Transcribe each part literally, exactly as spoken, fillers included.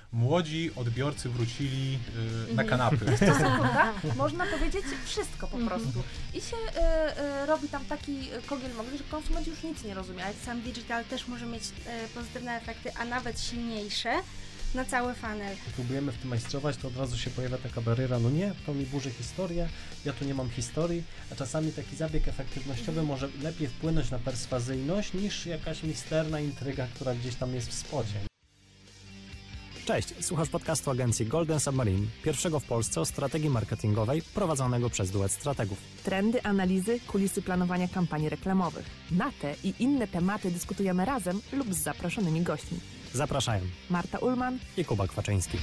młodzi odbiorcy wrócili y, na kanapy. Stosunkowa, można powiedzieć wszystko po prostu. I się y, y, robi tam taki kogiel mogli, że konsument już nic nie rozumie. Ale sam digital też może mieć y, pozytywne efekty, a nawet silniejsze na cały funnel. Próbujemy w tym majstrować, to od razu się pojawia taka bariera, no nie, to mi burzy historię, ja tu nie mam historii, a czasami taki zabieg efektywnościowy może lepiej wpłynąć na perswazyjność niż jakaś misterna intryga, która gdzieś tam jest w spocie. Cześć, słuchasz podcastu agencji Golden Submarine, pierwszego w Polsce o strategii marketingowej prowadzonego przez duet strategów. Trendy, analizy, kulisy planowania kampanii reklamowych. Na te i inne tematy dyskutujemy razem lub z zaproszonymi gośćmi. Zapraszają Marta Ullman i Kuba Kwaczyński.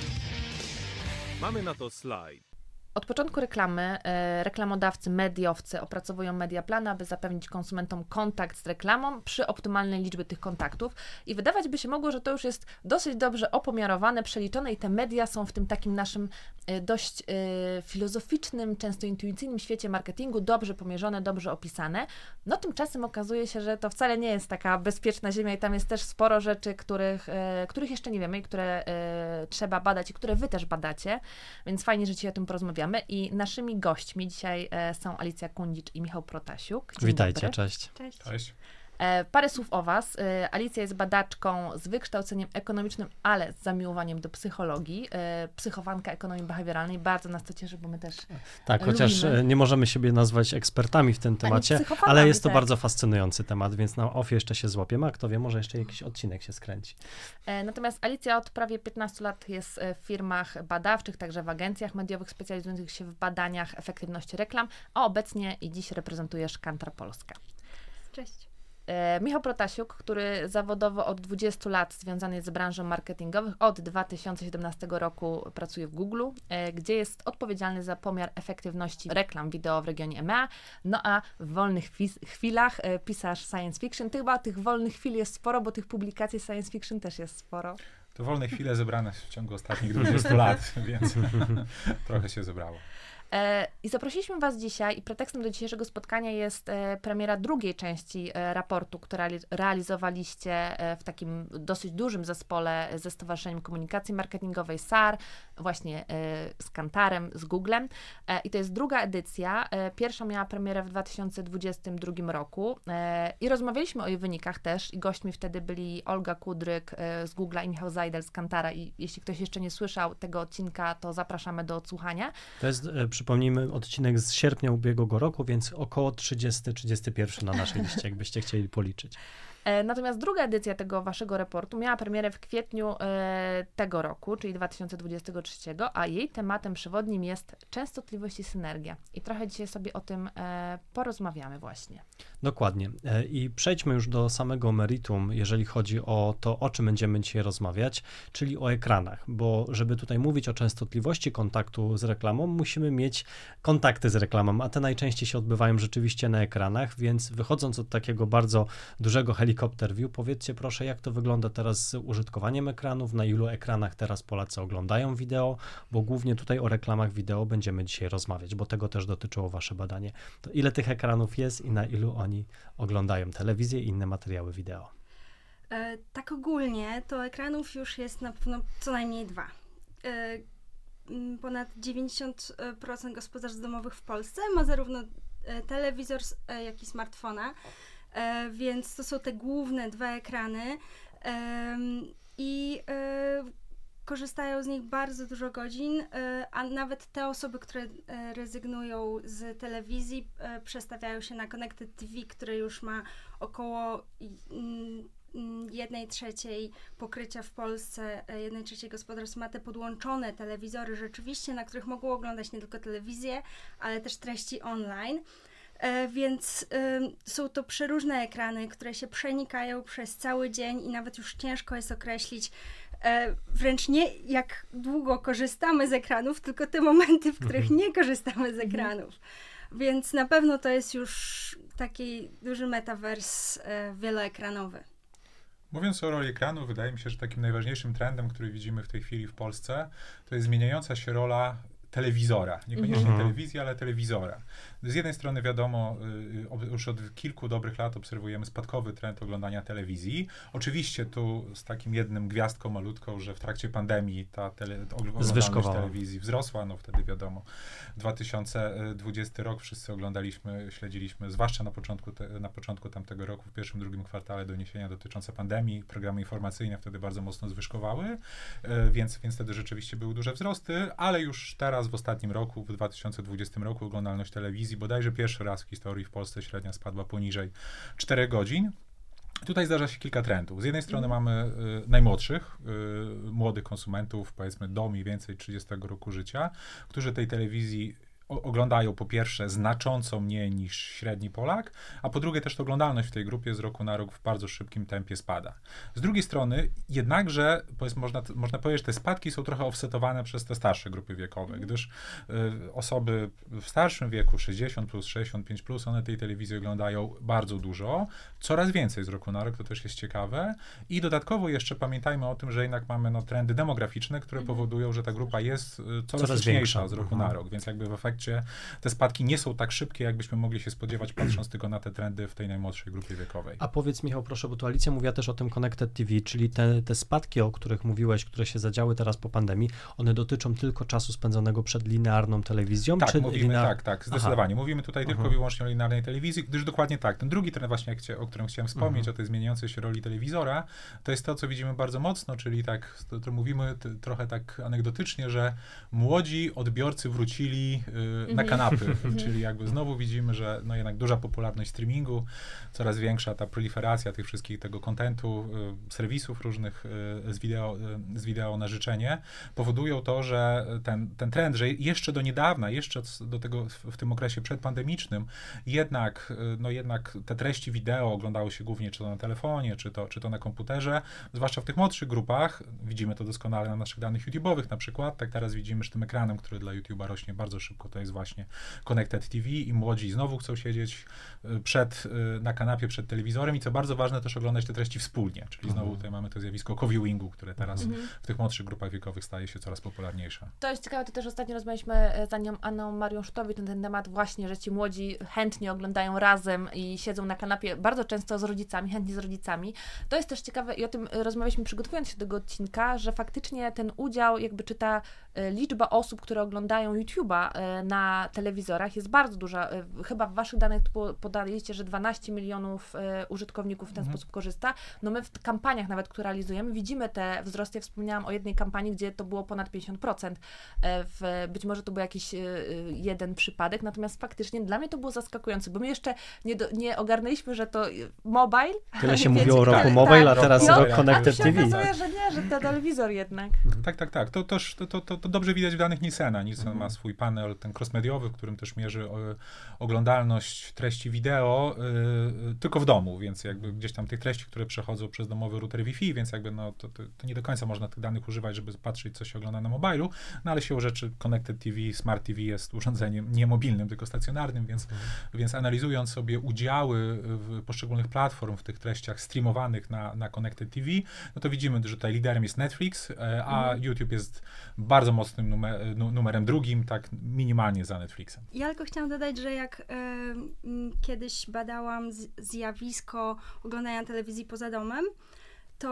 Mamy na to slajd. Od początku reklamy e, reklamodawcy, mediowcy opracowują mediaplan, aby zapewnić konsumentom kontakt z reklamą przy optymalnej liczbie tych kontaktów i wydawać by się mogło, że to już jest dosyć dobrze opomiarowane, przeliczone i te media są w tym takim naszym e, dość e, filozoficznym, często intuicyjnym świecie marketingu dobrze pomierzone, dobrze opisane. No tymczasem okazuje się, że to wcale nie jest taka bezpieczna ziemia i tam jest też sporo rzeczy, których, e, których jeszcze nie wiemy i które e, trzeba badać i które wy też badacie, więc fajnie, że ci o tym porozmawiamy. I naszymi gośćmi dzisiaj e, są Alicja Kundzicz i Michał Protasiuk. Dzień Witajcie, dobry. cześć. Cześć. Cześć. E, parę słów o was. E, Alicja jest badaczką z wykształceniem ekonomicznym, ale z zamiłowaniem do psychologii. E, psychowanka ekonomii behawioralnej. Bardzo nas to cieszy, bo my też Tak, lubimy. chociaż nie możemy siebie nazwać ekspertami w tym temacie, psychofanami, ale jest to tak. bardzo fascynujący temat, więc na ofie jeszcze się złapiemy, a kto wie, może jeszcze jakiś odcinek się skręci. E, natomiast Alicja od prawie piętnastu lat jest w firmach badawczych, także w agencjach mediowych specjalizujących się w badaniach efektywności reklam, a obecnie i dziś reprezentujesz Kantar Polska. Cześć. E, Michał Protasiuk, który zawodowo od dwudziestu lat związany jest z branżą marketingowych, od dwa tysiące siedemnastego roku pracuje w Google, e, gdzie jest odpowiedzialny za pomiar efektywności reklam wideo w regionie E M E A, no a w wolnych fis- chwilach e, pisarz science fiction. Chyba tych wolnych chwil jest sporo, bo tych publikacji science fiction też jest sporo. To wolne chwile zebrane w ciągu ostatnich dwudziestu lat, więc trochę się zebrało. E, I zaprosiliśmy was dzisiaj i pretekstem do dzisiejszego spotkania jest e, premiera drugiej części e, raportu, który reali- realizowaliście e, w takim dosyć dużym zespole ze Stowarzyszeniem Komunikacji Marketingowej S A R, właśnie e, z Kantarem, z Googlem. E, I to jest druga edycja. E, pierwsza miała premierę w dwa tysiące dwudziestym drugim roku e, i rozmawialiśmy o jej wynikach też i gośćmi wtedy byli Olga Kudryk e, z Google'a i Michał Zajdel z Kantara i jeśli ktoś jeszcze nie słyszał tego odcinka, to zapraszamy do odsłuchania. To jest, e, przypomnijmy, odcinek z sierpnia ubiegłego roku, więc około trzydziesty trzydziesty pierwszy na naszej liście, jakbyście chcieli policzyć. Natomiast druga edycja tego waszego raportu miała premierę w kwietniu e, tego roku, czyli dwa tysiące dwudziestego trzeciego, a jej tematem przewodnim jest częstotliwość i synergia. I trochę dzisiaj sobie o tym e, porozmawiamy właśnie. Dokładnie. E, I przejdźmy już do samego meritum, jeżeli chodzi o to, o czym będziemy dzisiaj rozmawiać, czyli o ekranach, bo żeby tutaj mówić o częstotliwości kontaktu z reklamą, musimy mieć kontakty z reklamą, a te najczęściej się odbywają rzeczywiście na ekranach, więc wychodząc od takiego bardzo dużego helikoptera, Helicopter View. Powiedzcie proszę, jak to wygląda teraz z użytkowaniem ekranów, na ilu ekranach teraz Polacy oglądają wideo, bo głównie tutaj o reklamach wideo będziemy dzisiaj rozmawiać, bo tego też dotyczyło wasze badanie. To ile tych ekranów jest i na ilu oni oglądają telewizję i inne materiały wideo? E, tak ogólnie to ekranów już jest na pewno co najmniej dwa. E, ponad dziewięćdziesiąt procent gospodarstw domowych w Polsce ma zarówno telewizor, jak i smartfona. E, więc to są te główne dwa ekrany e, i e, korzystają z nich bardzo dużo godzin, e, a nawet te osoby, które e, rezygnują z telewizji, e, przestawiają się na Connected T V, które już ma około jednej trzeciej pokrycia w Polsce, jednej trzeciej gospodarstw ma te podłączone telewizory rzeczywiście, na których mogą oglądać nie tylko telewizję, ale też treści online. E, więc e, są to przeróżne ekrany, które się przenikają przez cały dzień i nawet już ciężko jest określić e, wręcz nie jak długo korzystamy z ekranów, tylko te momenty, w których nie korzystamy z ekranów. Więc na pewno to jest już taki duży metavers e, wieloekranowy. Mówiąc o roli ekranu, wydaje mi się, że takim najważniejszym trendem, który widzimy w tej chwili w Polsce, to jest zmieniająca się rola telewizora. Niekoniecznie Mhm. telewizji, ale telewizora. Z jednej strony wiadomo, y, już od kilku dobrych lat obserwujemy spadkowy trend oglądania telewizji. Oczywiście tu z takim jednym gwiazdką malutką, że w trakcie pandemii ta tele, oglądalność Zwyżkowała. telewizji wzrosła, no wtedy wiadomo, dwa tysiące dwudziesty rok wszyscy oglądaliśmy, śledziliśmy, zwłaszcza na początku, te, na początku tamtego roku, w pierwszym, drugim kwartale doniesienia dotyczące pandemii, programy informacyjne wtedy bardzo mocno zwyżkowały, y, więc, więc wtedy rzeczywiście były duże wzrosty, ale już teraz w ostatnim roku, w dwa tysiące dwudziestym roku oglądalność telewizji bodajże pierwszy raz w historii w Polsce średnia spadła poniżej czterech godzin. Tutaj zdarza się kilka trendów. Z jednej strony mm. mamy y, najmłodszych, y, młodych konsumentów, powiedzmy do mniej więcej trzydziestego roku życia, którzy tej telewizji o, oglądają po pierwsze znacząco mniej niż średni Polak, a po drugie też ta oglądalność w tej grupie z roku na rok w bardzo szybkim tempie spada. Z drugiej strony jednakże, powiedzmy, można, można powiedzieć, że te spadki są trochę offsetowane przez te starsze grupy wiekowe, gdyż y, osoby w starszym wieku, sześćdziesiąt plus, sześćdziesiąt pięć plus, one tej telewizji oglądają bardzo dużo, coraz więcej z roku na rok, to też jest ciekawe. I dodatkowo jeszcze pamiętajmy o tym, że jednak mamy no, trendy demograficzne, które Mhm. powodują, że ta grupa jest y, coraz, Coraz liczniejsza większa. z roku Mhm. na rok, więc jakby w efekcie te spadki nie są tak szybkie, jakbyśmy mogli się spodziewać, patrząc tylko na te trendy w tej najmłodszej grupie wiekowej. A powiedz, Michał, proszę, bo tu Alicja mówiła też o tym Connected T V, czyli te, te spadki, o których mówiłeś, które się zadziały teraz po pandemii, one dotyczą tylko czasu spędzonego przed linearną telewizją? Tak, czy mówimy, linear- tak, tak, zdecydowanie. Aha. Mówimy tutaj tylko Aha. i wyłącznie o linearnej telewizji, gdyż dokładnie tak, ten drugi trend właśnie, jak chcia, o którym chciałem wspomnieć, Mhm. o tej zmieniającej się roli telewizora, to jest to, co widzimy bardzo mocno, czyli tak, to, to mówimy t, trochę tak anegdotycznie, że młodzi odbiorcy wrócili y, na Mhm. kanapy, czyli jakby znowu widzimy, że no jednak duża popularność streamingu, coraz większa ta proliferacja tych wszystkich, tego kontentu, y, serwisów różnych y, z, wideo, y, z wideo na życzenie, powodują to, że ten, ten trend, że jeszcze do niedawna, jeszcze do tego w, w tym okresie przedpandemicznym, jednak, y, no jednak te treści wideo oglądały się głównie czy to na telefonie, czy to, czy to na komputerze, zwłaszcza w tych młodszych grupach, widzimy to doskonale na naszych danych YouTube'owych na przykład, tak teraz widzimy, że tym ekranem, który dla YouTube'a rośnie bardzo szybko, to jest właśnie Connected T V i młodzi znowu chcą siedzieć y, przed, y, na kanapie przed telewizorem i co bardzo ważne, też oglądać te treści wspólnie, czyli znowu tutaj mamy to zjawisko co-viewingu, które teraz Mhm. w tych młodszych grupach wiekowych staje się coraz popularniejsze. To jest ciekawe, to też ostatnio rozmawialiśmy e, z Anią, Anną Marią Szutowicz na ten temat właśnie, że ci młodzi chętnie oglądają razem i siedzą na kanapie, bardzo często z rodzicami, chętnie z rodzicami. To jest też ciekawe i o tym e, rozmawialiśmy przygotowując się do tego odcinka, że faktycznie ten udział, jakby czy ta e, liczba osób, które oglądają YouTube'a e, na telewizorach jest bardzo duża. E, chyba w waszych danych tu po- podaliście, że dwanaście milionów e, użytkowników w ten Mhm. sposób korzysta. No my w kampaniach nawet, które realizujemy, widzimy te wzrosty. Ja wspomniałam o jednej kampanii, gdzie to było ponad pięćdziesiąt procent. E, w, być może to był jakiś e, jeden przypadek, natomiast faktycznie dla mnie to było zaskakujące, bo my jeszcze nie, do, nie ogarnęliśmy, że to mobile. Tyle się Wiecie, mówiło o roku tak, mobile, a tak. teraz No, rok a Connected się T V. okazuje, że nie, że to telewizor jednak. Tak, tak, tak. To, to, to, to, to dobrze widać w danych Nielsena. Nielsen Mhm. ma swój panel, ten crossmediowy, w którym też mierzy o, oglądalność treści wideo y, tylko w domu, więc jakby gdzieś tam tych treści, które przechodzą przez domowy router Wi-Fi, więc jakby no to, to, to nie do końca można tych danych używać, żeby patrzeć, co się ogląda na mobilu, no ale siłą rzeczy Connected T V, Smart T V jest urządzeniem nie mobilnym, tylko stacjonarnym, więc, Mhm. więc analizując sobie udziały w poszczególnych platform w tych treściach streamowanych na, na Connected T V, no to widzimy, że tutaj liderem jest Netflix, e, a Mhm. YouTube jest bardzo mocnym numer, nu- numerem drugim, tak minimalnie za Netflixem. Ja tylko chciałam dodać, że jak e, m, kiedyś badałam z, zjawisko oglądania telewizji poza domem, to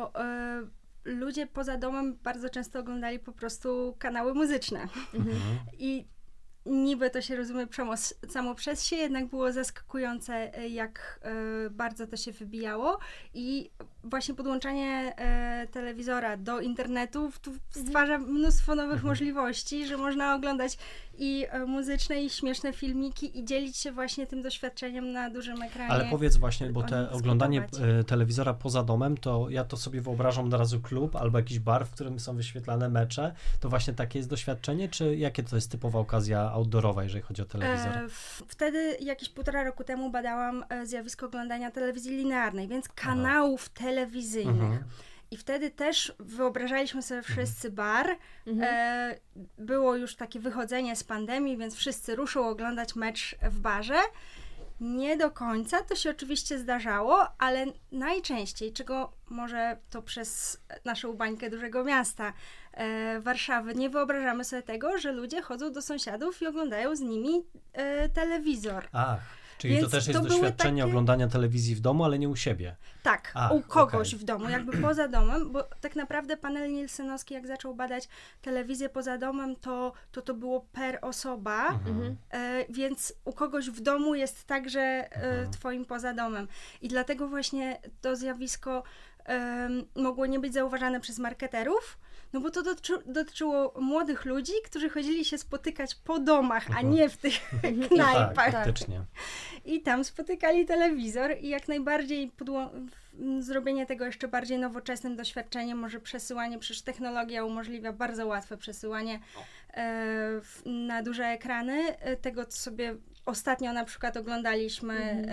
e, ludzie poza domem bardzo często oglądali po prostu kanały muzyczne. Mhm. I niby to się rozumie przemo- samo przez się, jednak było zaskakujące, e, jak e, bardzo to się wybijało. I właśnie podłączanie e, telewizora do internetu tu stwarza mnóstwo nowych Mhm. możliwości, że można oglądać i e, muzyczne, i śmieszne filmiki i dzielić się właśnie tym doświadczeniem na dużym ekranie. Ale powiedz właśnie, bo o te nim oglądanie dyskutować. e, telewizora poza domem, to ja to sobie wyobrażam od razu klub albo jakiś bar, w którym są wyświetlane mecze. To właśnie takie jest doświadczenie, czy jakie to jest typowa okazja outdoorowa, jeżeli chodzi o telewizor? E, w- wtedy jakieś półtora roku temu badałam e, zjawisko oglądania telewizji linearnej, więc kanałów telewizyjnych. Mhm. I wtedy też wyobrażaliśmy sobie wszyscy bar. Mhm. E, było już takie wychodzenie z pandemii, więc wszyscy ruszą oglądać mecz w barze. Nie do końca, to się oczywiście zdarzało, ale najczęściej, czego może to przez naszą bańkę dużego miasta e, Warszawy nie wyobrażamy sobie tego, że ludzie chodzą do sąsiadów i oglądają z nimi e, telewizor. Ach, czyli Więc to też jest to były doświadczenie takie- oglądania telewizji w domu, ale nie u siebie. Tak, Ach, u kogoś okej. w domu, jakby poza domem, bo tak naprawdę panel nielsenowski, jak zaczął badać telewizję poza domem, to to, to było per osoba, Mhm. e, więc u kogoś w domu jest także e, Mhm. twoim poza domem. I dlatego właśnie to zjawisko em, mogło nie być zauważane przez marketerów, no bo to dotyczy, dotyczyło młodych ludzi, którzy chodzili się spotykać po domach, a Mhm. nie w tych No knajpach. tak, faktycznie. I tam spotykali telewizor i jak najbardziej podło- w- zrobienie tego jeszcze bardziej nowoczesnym doświadczeniem, może przesyłanie, przecież technologia umożliwia bardzo łatwe przesyłanie e, w, na duże ekrany e, tego, co sobie ostatnio na przykład oglądaliśmy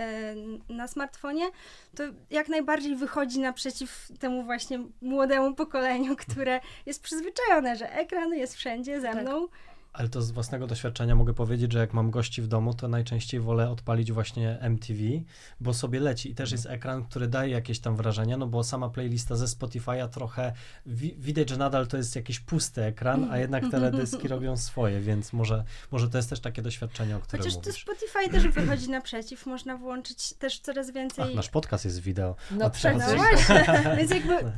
e, na smartfonie, to jak najbardziej wychodzi naprzeciw temu właśnie młodemu pokoleniu, które jest przyzwyczajone, że ekran jest wszędzie ze Tak. mną. Ale to z własnego doświadczenia mogę powiedzieć, że jak mam gości w domu, to najczęściej wolę odpalić właśnie M T V, bo sobie leci i też jest ekran, który daje jakieś tam wrażenia, no bo sama playlista ze Spotify'a trochę wi- widać, że nadal to jest jakiś pusty ekran, a jednak teledyski robią swoje, więc może, może to jest też takie doświadczenie, o którym Chociaż to mówisz. Spotify też wychodzi naprzeciw, można włączyć też coraz więcej... Ach, nasz podcast jest wideo. No A trzeba No coś- właśnie, więc jakby tak,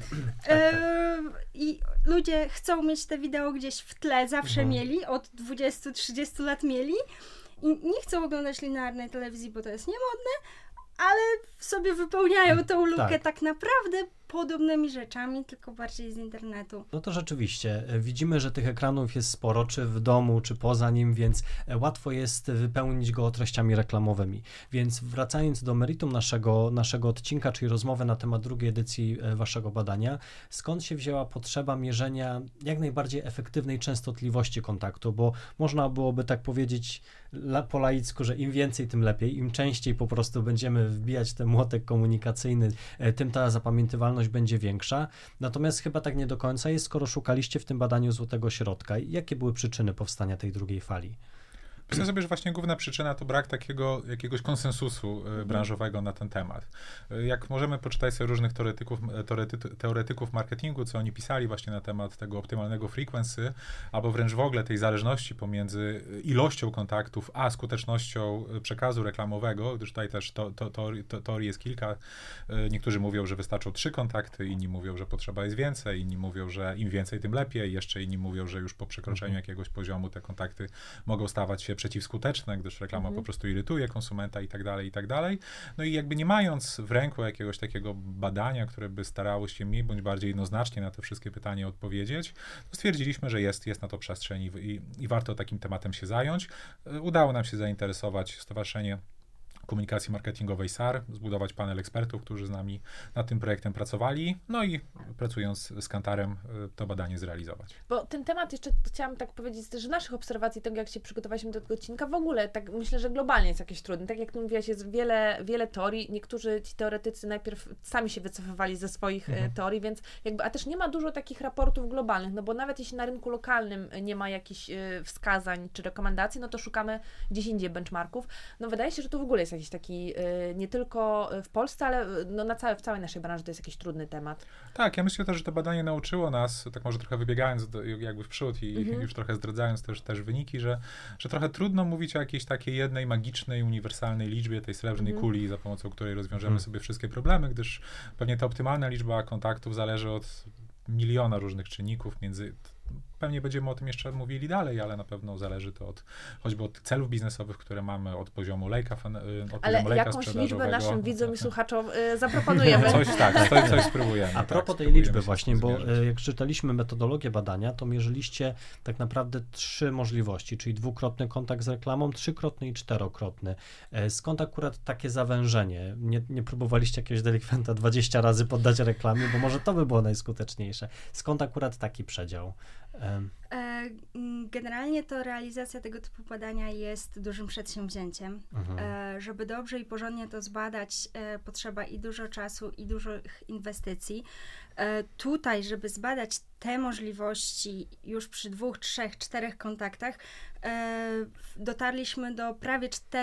e, i ludzie chcą mieć te wideo gdzieś w tle, zawsze Mhm. mieli, od dwudziestu trzydziestu lat mieli i nie chcą oglądać linearnej telewizji, bo to jest niemodne, ale sobie wypełniają tą lukę Tak. tak naprawdę podobnymi rzeczami, tylko bardziej z internetu. No to rzeczywiście, e, widzimy, że tych ekranów jest sporo, czy w domu, czy poza nim, więc e, łatwo jest wypełnić go treściami reklamowymi. Więc wracając do meritum naszego, naszego odcinka, czyli rozmowy na temat drugiej edycji e, waszego badania, skąd się wzięła potrzeba mierzenia jak najbardziej efektywnej częstotliwości kontaktu, bo można byłoby tak powiedzieć la, po laicku, że im więcej, tym lepiej, im częściej po prostu będziemy wbijać ten młotek komunikacyjny, e, tym ta zapamiętywalność będzie większa. Natomiast chyba tak nie do końca jest, skoro szukaliście w tym badaniu złotego środka. Jakie były przyczyny powstania tej drugiej fali? Myślę sobie, że właśnie główna przyczyna to brak takiego jakiegoś konsensusu y, branżowego na ten temat. Y, Jak możemy poczytać sobie różnych teoretyków, teorety, teoretyków marketingu, co oni pisali właśnie na temat tego optymalnego frequency, albo wręcz w ogóle tej zależności pomiędzy ilością kontaktów, a skutecznością y, przekazu reklamowego, gdyż tutaj też to, to, teorii, to, teorii jest kilka. Y, Niektórzy mówią, że wystarczą trzy kontakty, inni mówią, że potrzeba jest więcej, inni mówią, że im więcej, tym lepiej, jeszcze inni mówią, że już po przekroczeniu jakiegoś poziomu te kontakty mogą stawać się przeciwskuteczne, gdyż reklama Mhm. po prostu irytuje konsumenta i tak dalej, i tak dalej. No i jakby nie mając w ręku jakiegoś takiego badania, które by starało się mniej bądź bardziej jednoznacznie na te wszystkie pytania odpowiedzieć, to stwierdziliśmy, że jest, jest na to przestrzeń i, i, i warto takim tematem się zająć. Y, Udało nam się zainteresować Stowarzyszenie Komunikacji Marketingowej S A R, zbudować panel ekspertów, którzy z nami nad tym projektem pracowali, no i pracując z Kantarem y, to badanie zrealizować. Bo ten temat jeszcze chciałam tak powiedzieć, że naszych obserwacji, tego jak się przygotowaliśmy do tego odcinka, w ogóle tak myślę, że globalnie jest jakieś trudne. Tak jak tu mówiłaś, jest wiele, wiele teorii. Niektórzy ci teoretycy najpierw sami się wycofywali ze swoich Mhm. e, teorii, więc jakby, a też nie ma dużo takich raportów globalnych, no bo nawet jeśli na rynku lokalnym nie ma jakichś e, wskazań czy rekomendacji, no to szukamy gdzieś indziej benchmarków. No wydaje się, że to w ogóle jest jakiś taki e, nie tylko w Polsce, ale e, no na całe, w całej naszej branży to jest jakiś trudny temat. Tak, ja myślę też, że to badanie nauczyło nas, tak może trochę wybiegając do, jakby w przód i Mhm. już trochę zdradzając też, też wyniki, że, że trochę trudno mówić o jakiejś takiej jednej magicznej, uniwersalnej liczbie, tej srebrnej Mhm. kuli, za pomocą której rozwiążemy Mhm. sobie wszystkie problemy, gdyż pewnie ta optymalna liczba kontaktów zależy od miliona różnych czynników, między pewnie będziemy o tym jeszcze mówili dalej, ale na pewno zależy to od, choćby od celów biznesowych, które mamy, od poziomu lejka, fan- y, od Ale poziomu lejka jakąś liczbę sprzedażowego. naszym widzom i słuchaczom y, zaproponujemy. Coś tak, coś, coś spróbujemy. A tak, propos tej spróbujemy liczby się właśnie, z tym bo zmierzyć. e, jak czytaliśmy metodologię badania, to mierzyliście tak naprawdę trzy możliwości, czyli dwukrotny kontakt z reklamą, trzykrotny i czterokrotny. E, Skąd akurat takie zawężenie? Nie, nie próbowaliście jakiegoś delikwenta dwadzieścia razy poddać reklamie, bo może to by było najskuteczniejsze. Skąd akurat taki przedział? Em, E, mm, Generalnie to realizacja tego typu badania jest dużym przedsięwzięciem. mhm. E, Żeby dobrze i porządnie to zbadać, e, potrzeba i dużo czasu, i dużych inwestycji. E, Tutaj, żeby zbadać te możliwości już przy dwóch, trzech, czterech kontaktach, e, dotarliśmy do prawie czterech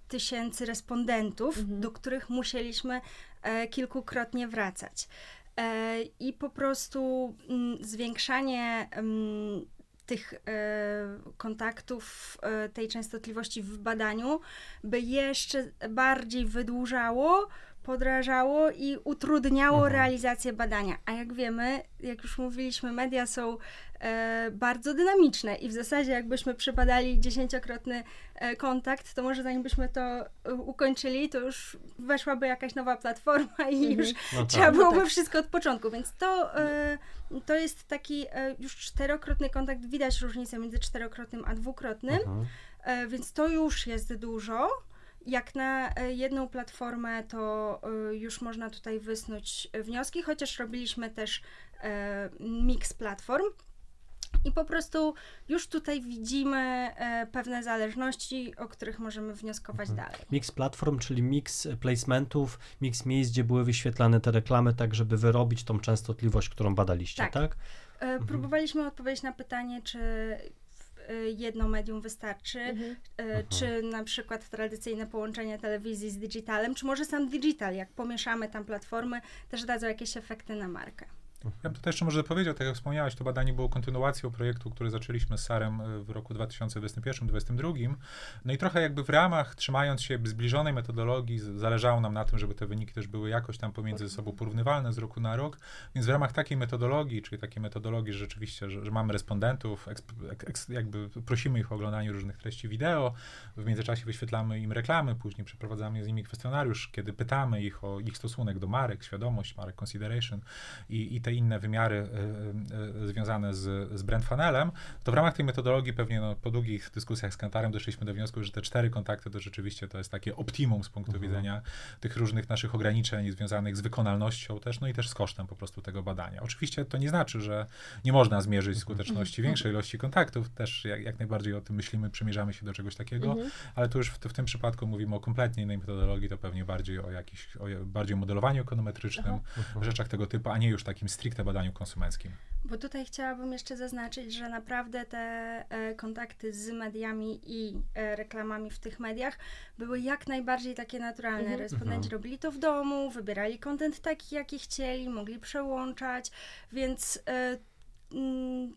tysięcy respondentów, Mhm. do których musieliśmy e, kilkukrotnie wracać. E, I po prostu m, zwiększanie m, tych e, kontaktów, e, tej częstotliwości w badaniu, by jeszcze bardziej wydłużało, podrażało i utrudniało Mhm. realizację badania. A jak wiemy, jak już mówiliśmy, media są e, bardzo dynamiczne i w zasadzie jakbyśmy przebadali dziesięciokrotny e, kontakt, to może zanim byśmy to e, ukończyli, to już weszłaby jakaś nowa platforma i Mhm. już No trzeba tak. byłoby No tak. wszystko od początku, więc to, e, to jest taki e, już czterokrotny kontakt, widać różnicę między czterokrotnym a dwukrotnym, Mhm. e, więc to już jest dużo. Jak na e, jedną platformę, to e, już można tutaj wysnuć e, wnioski, chociaż robiliśmy też e, miks platform. I po prostu już tutaj widzimy e, pewne zależności, o których możemy wnioskować Mhm. dalej. Mix platform, czyli mix placementów, mix miejsc, gdzie były wyświetlane te reklamy, tak żeby wyrobić tą częstotliwość, którą badaliście, tak? Tak. E, próbowaliśmy odpowiedzieć na pytanie, czy w- e, jedno medium wystarczy, Mhm. e, czy na przykład tradycyjne połączenie telewizji z digitalem, czy może sam digital, jak pomieszamy tam platformy, też dadzą jakieś efekty na markę. Ja bym tutaj jeszcze może powiedział, tak jak wspomniałeś, to badanie było kontynuacją projektu, który zaczęliśmy z Sarem y, w roku dwa tysiące dwudziestym pierwszym dwudziestym drugim. No i trochę jakby w ramach, trzymając się zbliżonej metodologii, z- zależało nam na tym, żeby te wyniki też były jakoś tam pomiędzy sobą porównywalne z roku na rok. Więc w ramach takiej metodologii, czyli takiej metodologii, że rzeczywiście, że, że mamy respondentów, eksp- ek- eks, jakby prosimy ich o oglądanie różnych treści wideo, w międzyczasie wyświetlamy im reklamy, później przeprowadzamy z nimi kwestionariusz, kiedy pytamy ich o ich stosunek do marek, świadomość marek, consideration i, i te inne wymiary y, y, związane z, z brand funnelem, to w ramach tej metodologii pewnie no, po długich dyskusjach z Kantarem doszliśmy do wniosku, że te cztery kontakty to rzeczywiście to jest takie optimum z punktu Mhm. widzenia tych różnych naszych ograniczeń związanych z wykonalnością też, no i też z kosztem po prostu tego badania. Oczywiście to nie znaczy, że nie można zmierzyć skuteczności większej ilości kontaktów, też jak, jak najbardziej o tym myślimy, przymierzamy się do czegoś takiego, Mhm. ale tu już w, w tym przypadku mówimy o kompletnie innej metodologii, to pewnie bardziej o jakichś, o bardziej o modelowaniu ekonometrycznym, Aha. rzeczach tego typu, a nie już takim stricte badaniu konsumenckim. Bo tutaj chciałabym jeszcze zaznaczyć, że naprawdę te e, kontakty z mediami i e, reklamami w tych mediach były jak najbardziej takie naturalne. Mhm. Respondenci Mhm. robili to w domu, wybierali content taki, jaki chcieli, mogli przełączać, więc e, mm,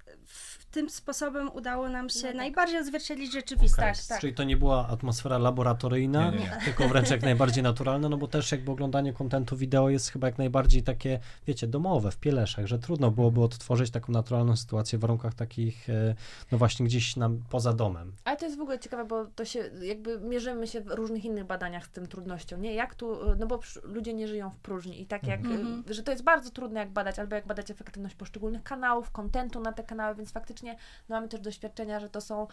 w tym sposobem udało nam się No tak. najbardziej odzwierciedlić rzeczywistość. Tak, tak. Czyli to nie była atmosfera laboratoryjna, Nie, nie, nie. tylko wręcz jak najbardziej naturalna, no bo też jakby oglądanie kontentu wideo jest chyba jak najbardziej takie, wiecie, domowe, w pieleszach, że trudno byłoby odtworzyć taką naturalną sytuację w warunkach takich, e, no właśnie gdzieś nam poza domem. Ale to jest w ogóle ciekawe, bo to się jakby mierzymy się w różnych innych badaniach z tym trudnością, nie? Jak tu, no bo przy- ludzie nie żyją w próżni i tak jak, Mhm. y, że to jest bardzo trudne jak badać, albo jak badać efektywność poszczególnych kanałów, kontentu na te kanały, więc faktycznie no, mamy też doświadczenia, że to są,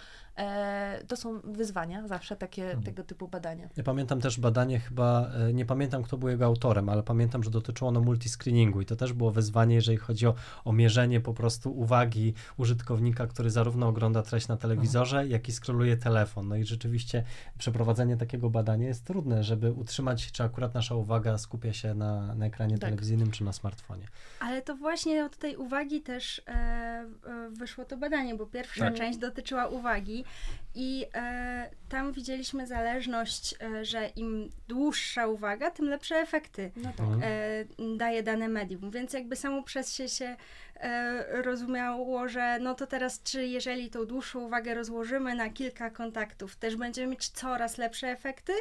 e, to są wyzwania, zawsze takie, Mhm. tego typu badania. Ja pamiętam też badanie chyba, e, nie pamiętam kto był jego autorem, ale pamiętam, że dotyczyło ono multiscreeningu i to też było wyzwanie, jeżeli chodzi o, o mierzenie po prostu uwagi użytkownika, który zarówno ogląda treść na telewizorze, jak i scrolluje telefon. No i rzeczywiście przeprowadzenie takiego badania jest trudne, żeby utrzymać, czy akurat nasza uwaga skupia się na, na ekranie Tak. telewizyjnym, czy na smartfonie. Ale to właśnie od tej uwagi też e, e, wyszło to badanie, bo pierwsza Tak. część dotyczyła uwagi i e, tam widzieliśmy zależność, e, że im dłuższa uwaga, tym lepsze efekty No tak. Mhm. e, daje dane medium, więc jakby samo przez się się e, rozumiało, że no to teraz czy jeżeli tą dłuższą uwagę rozłożymy na kilka kontaktów, też będziemy mieć coraz lepsze efekty,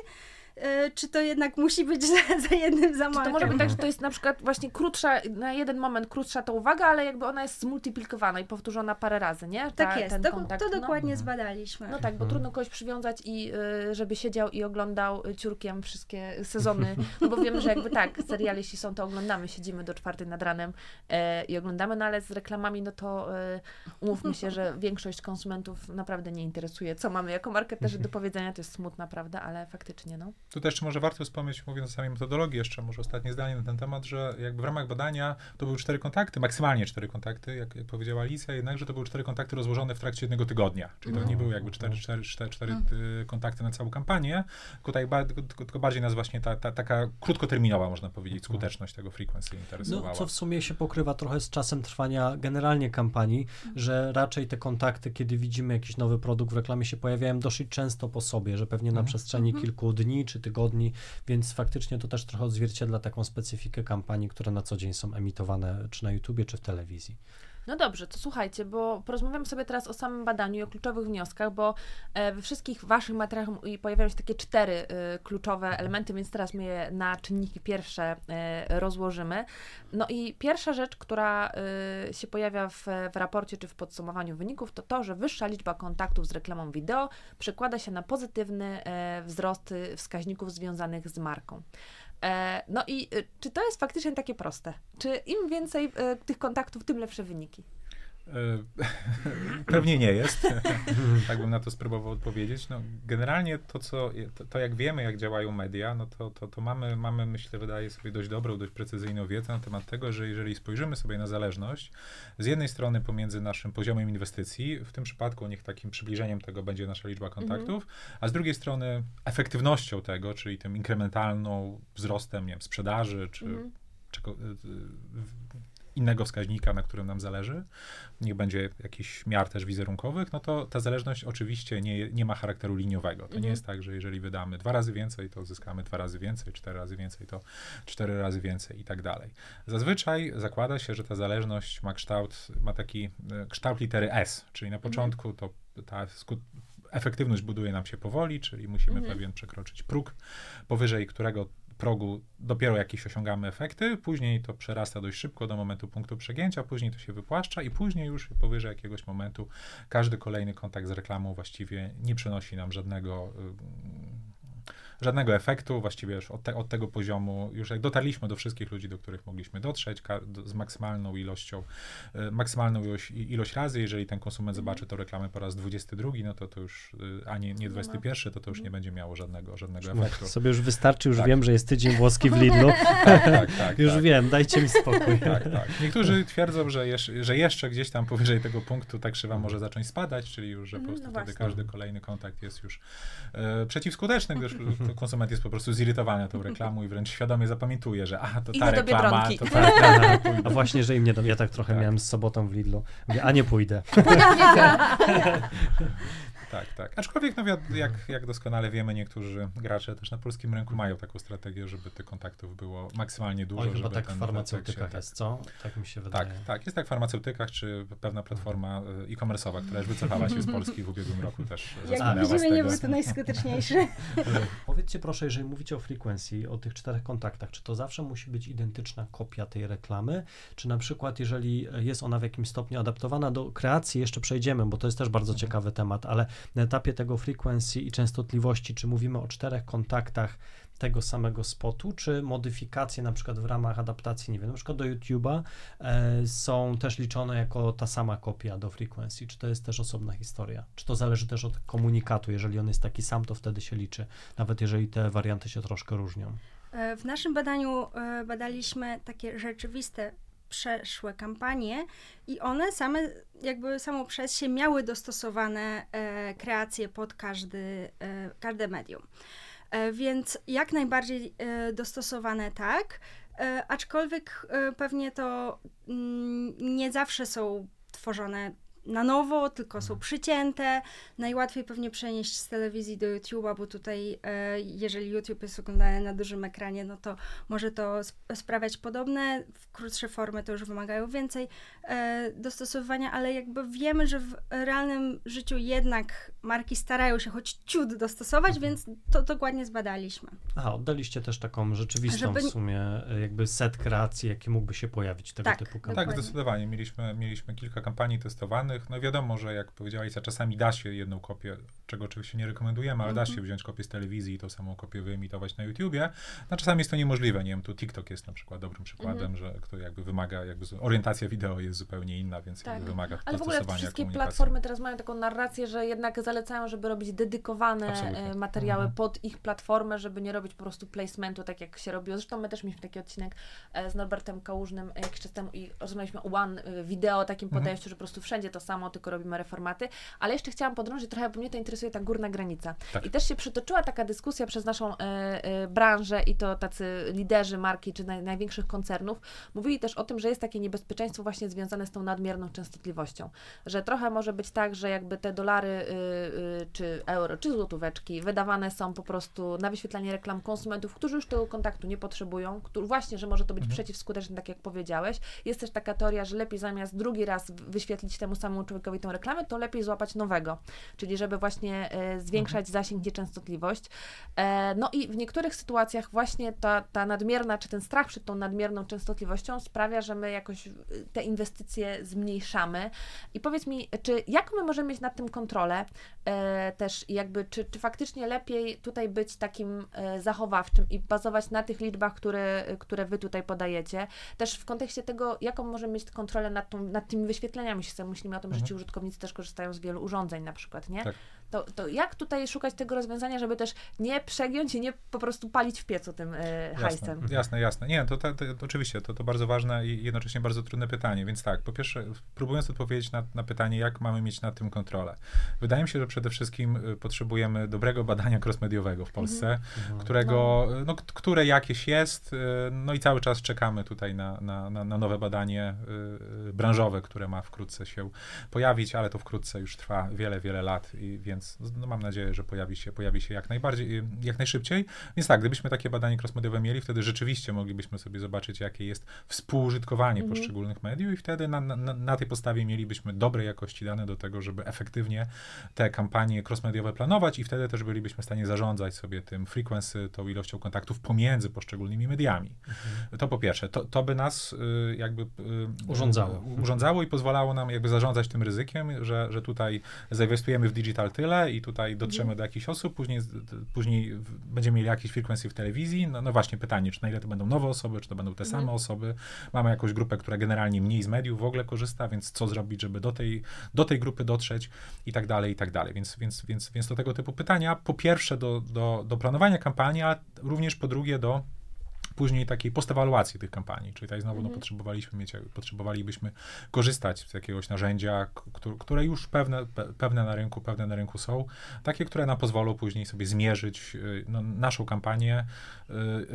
e, czy to jednak musi być za, za jednym Czy zamachem? to może być tak, że to jest na przykład właśnie krótsza, na jeden moment krótsza ta uwaga, ale jakby ona jest zmultiplikowana i powtórzona parę razy, nie? Ta, Tak jest, ten to, kontakt, to no. dokładnie Mhm. zbadaliśmy. No tak, bo Mhm. trudno kogoś przywiązać i y, żeby siedział i oglądał y, ciurkiem wszystkie sezony, no bo wiemy, że jakby tak, seriale jeśli są, to oglądamy, siedzimy do czwartej nad ranem e, i oglądamy, no ale z reklamami, no to e, umówmy się, że większość konsumentów naprawdę nie interesuje, co mamy jako marketerzy do powiedzenia, to jest smutna prawda, ale faktycznie, no. Tu też może warto wspomnieć, mówiąc o samej metodologii, jeszcze może ostatnie zdanie na ten temat, że jakby w ramach badania to były cztery kontakty, maksymalnie cztery kontakty, jak, jak powiedziała Alicja, jednakże to były cztery kontakty rozłożone w trakcie jednego tygodnia. Czyli to Mhm. nie były jakby cztery, cztery, cztery, cztery y, kontakty na całą kampanię, tylko, tak, ba- tylko, tylko bardziej nas właśnie ta, ta taka krótkoterminowa, można powiedzieć, skuteczność tego frequency interesowała. No, co w sumie się pokrywa trochę z czasem trwania trwania generalnie kampanii, że raczej te kontakty, kiedy widzimy jakiś nowy produkt w reklamie, się pojawiają dosyć często po sobie, że pewnie na Mhm. przestrzeni Mhm. kilku dni czy tygodni, więc faktycznie to też trochę odzwierciedla taką specyfikę kampanii, które na co dzień są emitowane czy na YouTubie, czy w telewizji. No dobrze, to słuchajcie, bo porozmawiamy sobie teraz o samym badaniu i o kluczowych wnioskach, bo e, we wszystkich waszych materiałach i pojawiają się takie cztery e, kluczowe elementy, więc teraz my je na czynniki pierwsze e, rozłożymy. No i pierwsza rzecz, która e, się pojawia w, w raporcie czy w podsumowaniu wyników, to to, że wyższa liczba kontaktów z reklamą wideo przekłada się na pozytywny e, wzrost wskaźników związanych z marką. E, no i e, czy to jest faktycznie takie proste? Czy im więcej e, tych kontaktów, tym lepsze wyniki? Pewnie nie jest. Tak bym na to spróbował odpowiedzieć. No, generalnie to, co, to, to jak wiemy, jak działają media, no to, to, to mamy, mamy, myślę, wydaje sobie dość dobrą, dość precyzyjną wiedzę na temat tego, że jeżeli spojrzymy sobie na zależność, z jednej strony pomiędzy naszym poziomem inwestycji, w tym przypadku niech takim przybliżeniem tego będzie nasza liczba kontaktów, mhm. a z drugiej strony efektywnością tego, czyli tym inkrementalną wzrostem, nie wiem, sprzedaży, czy mhm. czego, innego wskaźnika, na którym nam zależy, niech będzie jakiś miar też wizerunkowych, no to ta zależność oczywiście nie, nie ma charakteru liniowego. To mhm. nie jest tak, że jeżeli wydamy dwa razy więcej, to zyskamy dwa razy więcej, cztery razy więcej, to cztery razy więcej i tak dalej. Zazwyczaj zakłada się, że ta zależność ma kształt, ma taki kształt litery S, czyli na początku mhm. to ta skut efektywność buduje nam się powoli, czyli musimy mhm. pewien przekroczyć próg, powyżej którego progu dopiero jakieś osiągamy efekty, później to przerasta dość szybko do momentu punktu przegięcia, później to się wypłaszcza i później już powyżej jakiegoś momentu każdy kolejny kontakt z reklamą właściwie nie przynosi nam żadnego żadnego efektu, właściwie już od, te, od tego poziomu, już jak dotarliśmy do wszystkich ludzi, do których mogliśmy dotrzeć, do, z maksymalną ilością, y, maksymalną ilość, ilość razy, jeżeli ten konsument zobaczy tę reklamę po raz dwudziesty drugi, no to to już, y, a nie, nie dwudziesty pierwszy, to to już nie będzie miało żadnego, żadnego efektu. Sobie już wystarczy, już tak. wiem, że jest tydzień włoski w Lidlu. tak, tak, tak. Już tak. wiem, dajcie mi spokój. Tak, tak. Niektórzy twierdzą, że, jeż, że jeszcze gdzieś tam powyżej tego punktu ta krzywa może zacząć spadać, czyli już, że po prostu no wtedy właśnie. każdy kolejny kontakt jest już y, przeciwskuteczny, gdyż konsument jest po prostu zirytowany tą reklamą i wręcz świadomie zapamiętuje, że aha, to ta Idę do reklama, Biedronki. to ta reklama, A właśnie, że im nie dam. Ja tak trochę Tak. miałem z sobotą w Lidlu. Mówię, a nie pójdę. Tak, tak. Aczkolwiek, no, jak, jak doskonale wiemy, niektórzy gracze też na polskim rynku mają taką strategię, żeby tych kontaktów było maksymalnie dużo. Oj, chyba żeby tak ten w farmaceutykach efekt się, jest, co? Tak mi się wydaje. Tak, tak. Jest tak w farmaceutykach, czy pewna platforma y, e-commerce'owa, która już wycofała się z Polski w ubiegłym roku też Jak zasłaniała z widzimy, tego. nie był to najskuteczniejszy. Powiedzcie proszę, jeżeli mówicie o frequencji, o tych czterech kontaktach, czy to zawsze musi być identyczna kopia tej reklamy, czy na przykład jeżeli jest ona w jakimś stopniu adaptowana do kreacji, jeszcze przejdziemy, bo to jest też bardzo ciekawy temat, ale na etapie tego frequency i częstotliwości, czy mówimy o czterech kontaktach tego samego spotu, czy modyfikacje na przykład w ramach adaptacji, nie wiem, na przykład do YouTube'a e, są też liczone jako ta sama kopia do frequency, czy to jest też osobna historia, czy to zależy też od komunikatu, jeżeli on jest taki sam, to wtedy się liczy, nawet jeżeli te warianty się troszkę różnią. W naszym badaniu e, badaliśmy takie rzeczywiste przeszłe kampanie i one same, jakby samo przez się miały dostosowane e, kreacje pod każdy, e, każde medium. E, więc jak najbardziej e, dostosowane tak, e, aczkolwiek e, pewnie to mm, nie zawsze są tworzone na nowo, tylko są przycięte. Najłatwiej pewnie przenieść z telewizji do YouTube'a, bo tutaj e, jeżeli YouTube jest oglądany na dużym ekranie, no to może to sp- sprawiać podobne. W krótsze formy to już wymagają więcej e, dostosowywania, ale jakby wiemy, że w realnym życiu jednak marki starają się choć ciut dostosować, mhm. więc to dokładnie zbadaliśmy. Aha, oddaliście też taką rzeczywistą Żeby... w sumie jakby set kreacji, jaki mógłby się pojawić tego tak, typu kampanii. Tak, zdecydowanie. Mieliśmy, mieliśmy kilka kampanii testowanych. No wiadomo, że jak powiedziała Isa, czasami da się jedną kopię, czego oczywiście nie rekomendujemy, ale mm-hmm. da się wziąć kopię z telewizji i tą samą kopię wyemitować na YouTubie. No czasami jest to niemożliwe. Nie wiem, tu TikTok jest na przykład dobrym przykładem, mm-hmm. że kto jakby wymaga, jakby orientacja wideo jest zupełnie inna, więc tak. jakby wymaga Ale w ogóle wszystkie platformy teraz mają taką narrację, że jednak zalecają, żeby robić dedykowane Absolutnie. materiały mm-hmm. pod ich platformę, żeby nie robić po prostu placementu, tak jak się robiło. Zresztą my też mieliśmy taki odcinek z Norbertem Kałużnym jakiś czas temu i rozmawialiśmy o One Video, takim podejściu, mm-hmm. że po prostu wszędzie to samo, tylko robimy reformaty, ale jeszcze chciałam podrążyć trochę, bo mnie to interesuje ta górna granica. Tak. I też się przytoczyła taka dyskusja przez naszą e, e, branżę i to tacy liderzy marki, czy naj, największych koncernów, mówili też o tym, że jest takie niebezpieczeństwo właśnie związane z tą nadmierną częstotliwością, że trochę może być tak, że jakby te dolary, y, y, czy euro, czy złotóweczki wydawane są po prostu na wyświetlanie reklam konsumentów, którzy już tego kontaktu nie potrzebują, który, właśnie, że może to być mhm. przeciwskuteczne, tak jak powiedziałeś. Jest też taka teoria, że lepiej zamiast drugi raz wyświetlić temu samemu człowiekowi tą reklamę, to lepiej złapać nowego, czyli żeby właśnie e, zwiększać mhm. zasięg, nieczęstotliwość. E, no i w niektórych sytuacjach właśnie ta, ta nadmierna, czy ten strach przed tą nadmierną częstotliwością sprawia, że my jakoś te inwestycje zmniejszamy. I powiedz mi, czy jak my możemy mieć nad tym kontrolę e, też jakby, czy, czy faktycznie lepiej tutaj być takim e, zachowawczym i bazować na tych liczbach, które, które wy tutaj podajecie, też w kontekście tego, jaką możemy mieć kontrolę nad, tą, nad tymi wyświetleniami, myślimy o tym, mhm. że ci użytkownicy też korzystają z wielu urządzeń na przykład, nie? Tak. To, to jak tutaj szukać tego rozwiązania, żeby też nie przegiąć i nie po prostu palić w piecu tym e, hajsem? Jasne, jasne, jasne. Nie, to, to, to, to oczywiście, to, to bardzo ważne i jednocześnie bardzo trudne pytanie, więc tak, po pierwsze, próbując odpowiedzieć na, na pytanie, jak mamy mieć nad tym kontrolę. Wydaje mi się, że przede wszystkim potrzebujemy dobrego badania crossmediowego w Polsce, mhm. którego, no. No, które jakieś jest, no i cały czas czekamy tutaj na, na, na, na nowe badanie y, branżowe, które ma wkrótce się pojawić, ale to wkrótce już trwa wiele, wiele lat i więc no, mam nadzieję, że pojawi się, pojawi się jak najbardziej, jak najszybciej. Więc tak, gdybyśmy takie badanie crossmediowe mieli, wtedy rzeczywiście moglibyśmy sobie zobaczyć, jakie jest współużytkowanie mhm. poszczególnych mediów i wtedy na, na, na tej podstawie mielibyśmy dobrej jakości dane do tego, żeby efektywnie te kampanie crossmediowe planować i wtedy też bylibyśmy w stanie zarządzać sobie tym frequency, tą ilością kontaktów pomiędzy poszczególnymi mediami. Mhm. To po pierwsze, to, to by nas y, jakby y, urządzało. urządzało i pozwalało nam jakby zarządzać tym ryzykiem, że, że tutaj zainwestujemy w digital tyle i tutaj dotrzemy mhm. do jakichś osób, później, później będziemy mieli jakieś frequency w telewizji. No, no właśnie pytanie, czy na ile to będą nowe osoby, czy to będą te mhm. same osoby. Mamy jakąś grupę, która generalnie mniej z mediów w ogóle korzysta, więc co zrobić, żeby do tej, do tej grupy dotrzeć i tak dalej, i tak dalej. Więc, więc, więc, więc do tego typu pytania, po pierwsze do, do, do planowania kampanii, a również po drugie do później takiej postewaluacji tych kampanii, czyli tutaj znowu mhm. no, potrzebowaliśmy mieć, potrzebowalibyśmy korzystać z jakiegoś narzędzia, k- które już pewne, pe, pewne na rynku, pewne na rynku są, takie, które nam pozwolą później sobie zmierzyć no, naszą kampanię, y,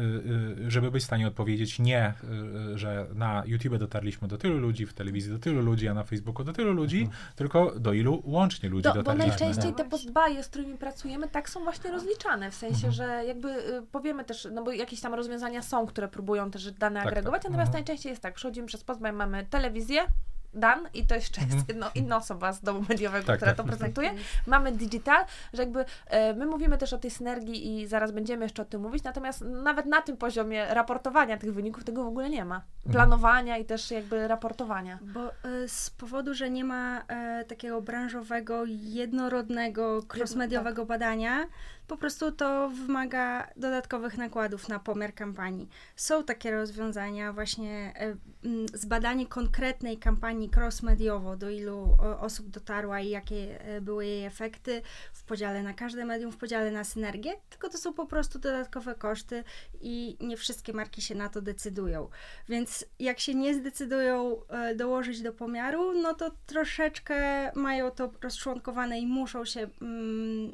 y, żeby być w stanie odpowiedzieć nie, y, że na YouTube dotarliśmy do tylu ludzi, w telewizji do tylu ludzi, a na Facebooku do tylu ludzi, mhm. tylko do ilu łącznie ludzi do, dotarliśmy. Bo najczęściej te postbaje, z którymi pracujemy, tak są właśnie rozliczane, w sensie, mhm. że jakby y, powiemy też, no bo jakieś tam rozwiązania są, które próbują też dane tak, agregować, tak. natomiast mhm. najczęściej jest tak, przechodzimy przez postbaj, mamy telewizję, Dan i to jeszcze jest mhm. jedno, inna osoba z domu mediowego, tak, która tak. to prezentuje. Mamy digital, że jakby e, my mówimy też o tej synergii i zaraz będziemy jeszcze o tym mówić, natomiast nawet na tym poziomie raportowania tych wyników tego w ogóle nie ma. Planowania mhm. i też jakby raportowania. Bo e, z powodu, że nie ma e, takiego branżowego, jednorodnego, crossmediowego tak. badania, po prostu to wymaga dodatkowych nakładów na pomiar kampanii. Są takie rozwiązania, właśnie e, zbadanie konkretnej kampanii crossmediowo, do ilu o, osób dotarła i jakie e, były jej efekty w podziale na każde medium, w podziale na synergię, tylko to są po prostu dodatkowe koszty i nie wszystkie marki się na to decydują. Więc jak się nie zdecydują e, dołożyć do pomiaru, no to troszeczkę mają to rozczłonkowane i muszą się mm,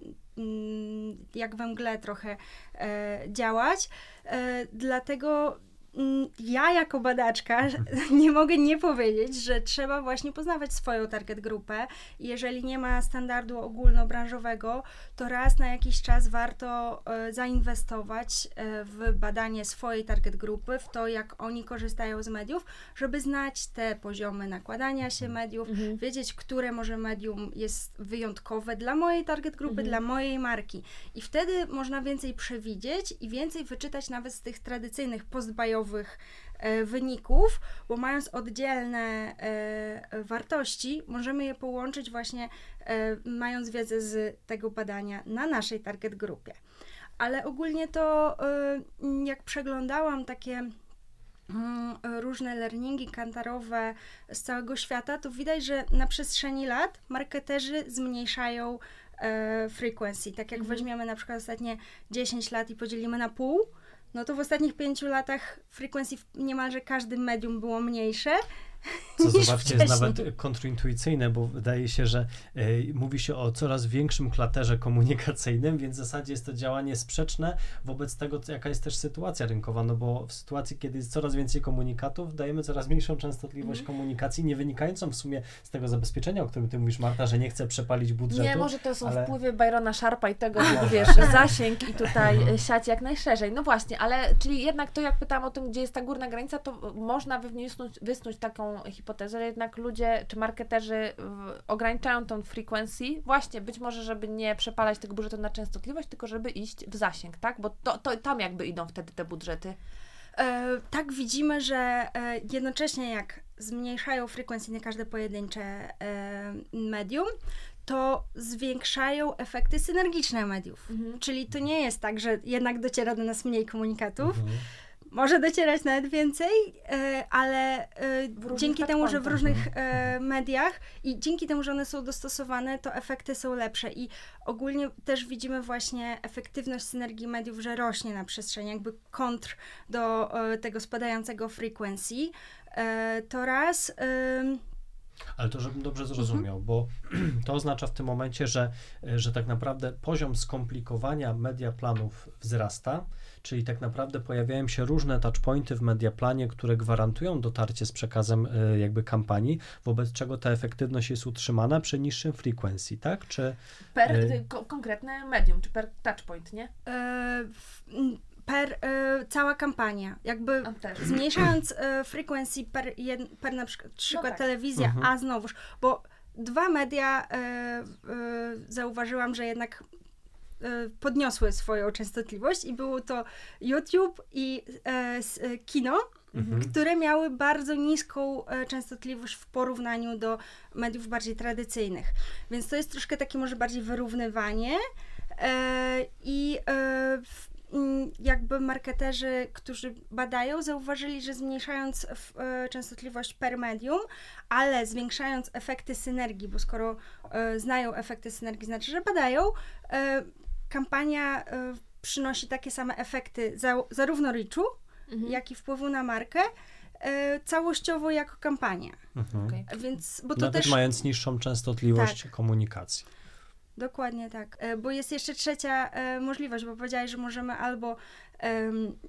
jak we mgle trochę e, działać. E, dlatego m, ja jako badaczka nie mogę nie powiedzieć, że trzeba właśnie poznawać swoją target grupę. Jeżeli nie ma standardu ogólnobranżowego, to raz na jakiś czas warto e, zainwestować e, w badanie swojej target grupy, w to, jak oni korzystają z mediów, żeby znać te poziomy nakładania się mediów, mhm. wiedzieć, które może medium jest wyjątkowe dla mojej target grupy, mhm. dla mojej marki. I wtedy można więcej przewidzieć i więcej wyczytać nawet z tych tradycyjnych postbajowych e, wyników, bo mając oddzielne e, wartości, możemy je połączyć właśnie e, mając wiedzę z tego badania na naszej target grupie. Ale ogólnie to e, jak przeglądałam takie różne learningi kantarowe z całego świata, to widać, że na przestrzeni lat marketerzy zmniejszają e, frequency. Tak jak mhm. weźmiemy na przykład ostatnie dziesięć lat i podzielimy na pół, no to w ostatnich pięciu latach frequency w niemalże każdym medium było mniejsze. Co zobaczcie, jest nawet kontrintuicyjne, bo wydaje się, że y, mówi się o coraz większym klaterze komunikacyjnym, więc w zasadzie jest to działanie sprzeczne wobec tego, jaka jest też sytuacja rynkowa, no bo w sytuacji, kiedy jest coraz więcej komunikatów, dajemy coraz mniejszą częstotliwość mm. komunikacji, nie wynikającą w sumie z tego zabezpieczenia, o którym ty mówisz, Marta, że nie chce przepalić budżetu. Nie, może to są ale... wpływy Byrona Sharpa i tego, że wiesz, zasięg i tutaj siać jak najszerzej. No właśnie, ale czyli jednak to, jak pytałam o tym, gdzie jest ta górna granica, to można wysnuć, wysnuć taką hipotezę, że jednak ludzie czy marketerzy w, ograniczają tą frequency właśnie być może, żeby nie przepalać tego budżetu na częstotliwość, tylko żeby iść w zasięg, tak? Bo to, to tam jakby idą wtedy te budżety. E, tak, widzimy, że e, jednocześnie jak zmniejszają frekwencje na każde pojedyncze e, medium, to zwiększają efekty synergiczne mediów. Mhm. Czyli to nie jest tak, że jednak dociera do nas mniej komunikatów, mhm. może docierać nawet więcej, e, ale e, dzięki temu, że w różnych e, mediach i dzięki temu, że one są dostosowane, to efekty są lepsze i ogólnie też widzimy właśnie efektywność synergii mediów, że rośnie na przestrzeni, jakby kontr do e, tego spadającego frequency. E, to raz... E, Ale to, żebym dobrze zrozumiał, mhm. bo to oznacza w tym momencie, że, że tak naprawdę poziom skomplikowania mediaplanów wzrasta, czyli tak naprawdę pojawiają się różne touchpointy w mediaplanie, które gwarantują dotarcie z przekazem jakby kampanii, wobec czego ta efektywność jest utrzymana przy niższym frequency, tak? Czy, per y- ko- konkretne medium, czy per touchpoint, nie? E, w, per e, cała kampania, jakby zmniejszając e, frequency per, jed, per na przykład, przykład no tak. telewizja, mhm. a znowuż, bo dwa media e, e, zauważyłam, że jednak e, podniosły swoją częstotliwość i było to YouTube i e, kino, mhm. które miały bardzo niską e, częstotliwość w porównaniu do mediów bardziej tradycyjnych. Więc to jest troszkę takie może bardziej wyrównywanie e, i e, w, jakby marketerzy, którzy badają, zauważyli, że zmniejszając w, e, częstotliwość per medium, ale zwiększając efekty synergii, bo skoro e, znają efekty synergii, znaczy, że badają, e, kampania e, przynosi takie same efekty za, zarówno reachu, mhm. jak i wpływu na markę, e, całościowo jako kampania. Mhm. Okay. Więc, bo to Nawet też... mając niższą częstotliwość tak. komunikacji. Dokładnie tak, e, bo jest jeszcze trzecia e, możliwość, bo powiedziałaś, że możemy albo e,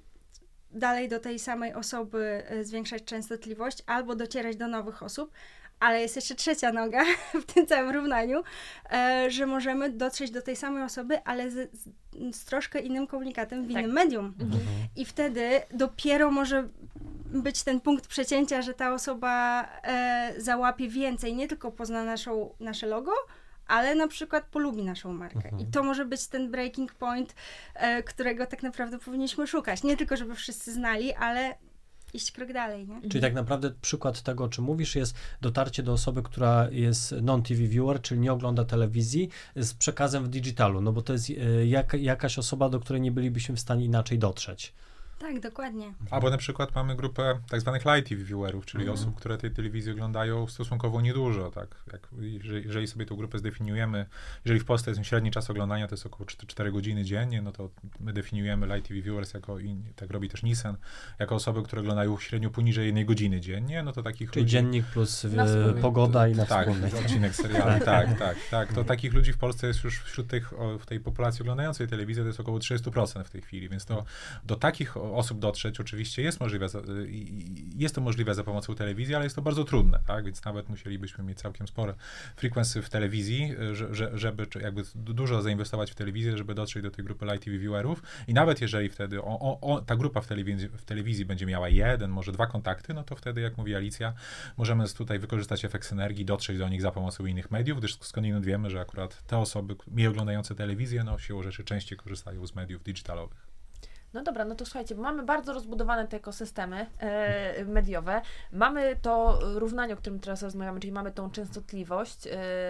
dalej do tej samej osoby e, zwiększać częstotliwość, albo docierać do nowych osób, ale jest jeszcze trzecia noga w tym całym równaniu, e, że możemy dotrzeć do tej samej osoby, ale z, z, z troszkę innym komunikatem w tak. innym medium. Mhm. I wtedy dopiero może być ten punkt przecięcia, że ta osoba e, załapie więcej, nie tylko pozna naszą, nasze logo, ale na przykład polubi naszą markę. Mhm. I to może być ten breaking point, e, którego tak naprawdę powinniśmy szukać. Nie tylko, żeby wszyscy znali, ale iść krok dalej, nie? Czyli tak naprawdę przykład tego, o czym mówisz, jest dotarcie do osoby, która jest non-T V viewer, czyli nie ogląda telewizji, z przekazem w digitalu, no bo to jest e, jak, jakaś osoba, do której nie bylibyśmy w stanie inaczej dotrzeć. Tak, dokładnie. Albo na przykład mamy grupę tak zwanych light T V viewerów, czyli mhm. osób, które tej telewizji oglądają stosunkowo niedużo, tak? Jak, jeżeli, jeżeli sobie tę grupę zdefiniujemy, jeżeli w Polsce jest średni czas oglądania, to jest około cztery godziny dziennie, no to my definiujemy light T V viewers jako, i tak robi też Nielsen, jako osoby, które oglądają średnio poniżej jednej godziny dziennie, no to takich Czyli ludzi... dziennik plus w, pogoda i na tak, wspólnej. Tak, odcinek serialu, tak, tak, tak. To takich ludzi w Polsce jest już wśród tych, o, w tej populacji oglądającej telewizję, to jest około trzydzieści procent w tej chwili, więc to do takich osób dotrzeć oczywiście jest możliwe, jest to możliwe za pomocą telewizji, ale jest to bardzo trudne, tak, więc nawet musielibyśmy mieć całkiem spore frekwencje w telewizji, że, żeby jakby dużo zainwestować w telewizję, żeby dotrzeć do tej grupy light T V viewerów i nawet jeżeli wtedy o, o, o, ta grupa w telewizji, w telewizji będzie miała jeden, może dwa kontakty, no to wtedy, jak mówi Alicja, możemy tutaj wykorzystać efekt synergii, dotrzeć do nich za pomocą innych mediów, gdyż skądinąd wiemy, że akurat te osoby mniej oglądające telewizję, no siłą rzeczy częściej korzystają z mediów digitalowych. No dobra, no to słuchajcie, bo mamy bardzo rozbudowane te ekosystemy e, mediowe, mamy to równanie, o którym teraz rozmawiamy, czyli mamy tą częstotliwość, e,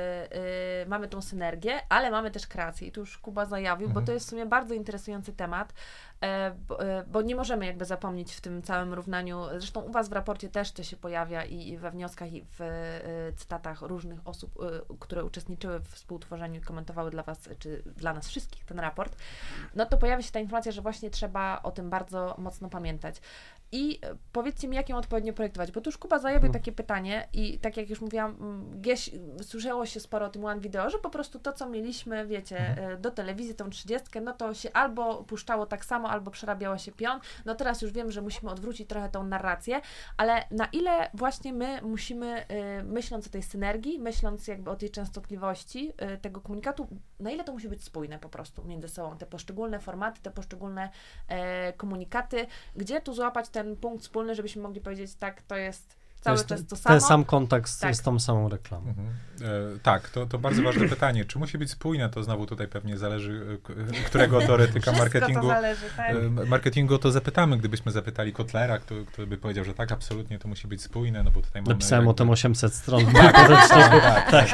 e, mamy tą synergię, ale mamy też kreację i tu już Kuba zajawił, mhm. bo to jest w sumie bardzo interesujący temat, e, bo, e, bo nie możemy jakby zapomnieć w tym całym równaniu, zresztą u Was w raporcie też to się pojawia i, i we wnioskach i w e, cytatach różnych osób, e, które uczestniczyły w współtworzeniu i komentowały dla Was, czy dla nas wszystkich ten raport, no to pojawia się ta informacja, że właśnie trzeba o tym bardzo mocno pamiętać. I powiedzcie mi, jak ją odpowiednio projektować, bo tu już Kuba zajawił takie pytanie i tak jak już mówiłam, gdzieś słyszało się sporo o tym One Video, że po prostu to, co mieliśmy, wiecie, mhm. do telewizji, tą trzydziestkę, no to się albo puszczało tak samo, albo przerabiało się pion. No teraz już wiem, że musimy odwrócić trochę tą narrację, ale na ile właśnie my musimy, myśląc o tej synergii, myśląc jakby o tej częstotliwości tego komunikatu, na ile to musi być spójne po prostu między sobą, te poszczególne formaty, te poszczególne e, komunikaty, gdzie tu złapać ten punkt wspólny, żebyśmy mogli powiedzieć, tak, to jest cały to czas jest to samo. Ten sam kontekst tak. z tą samą reklamą. Mhm. E, tak, to, to bardzo ważne pytanie. Czy musi być spójne? To znowu tutaj pewnie zależy, k- którego teoretyka marketingu, to zależy, tak. e, marketingu to zapytamy. Gdybyśmy zapytali Kotlera, który, który by powiedział, że tak, absolutnie to musi być spójne, no bo tutaj mamy... Napisałem jakby... o tym osiemset stron. tak, tak, tak, tak,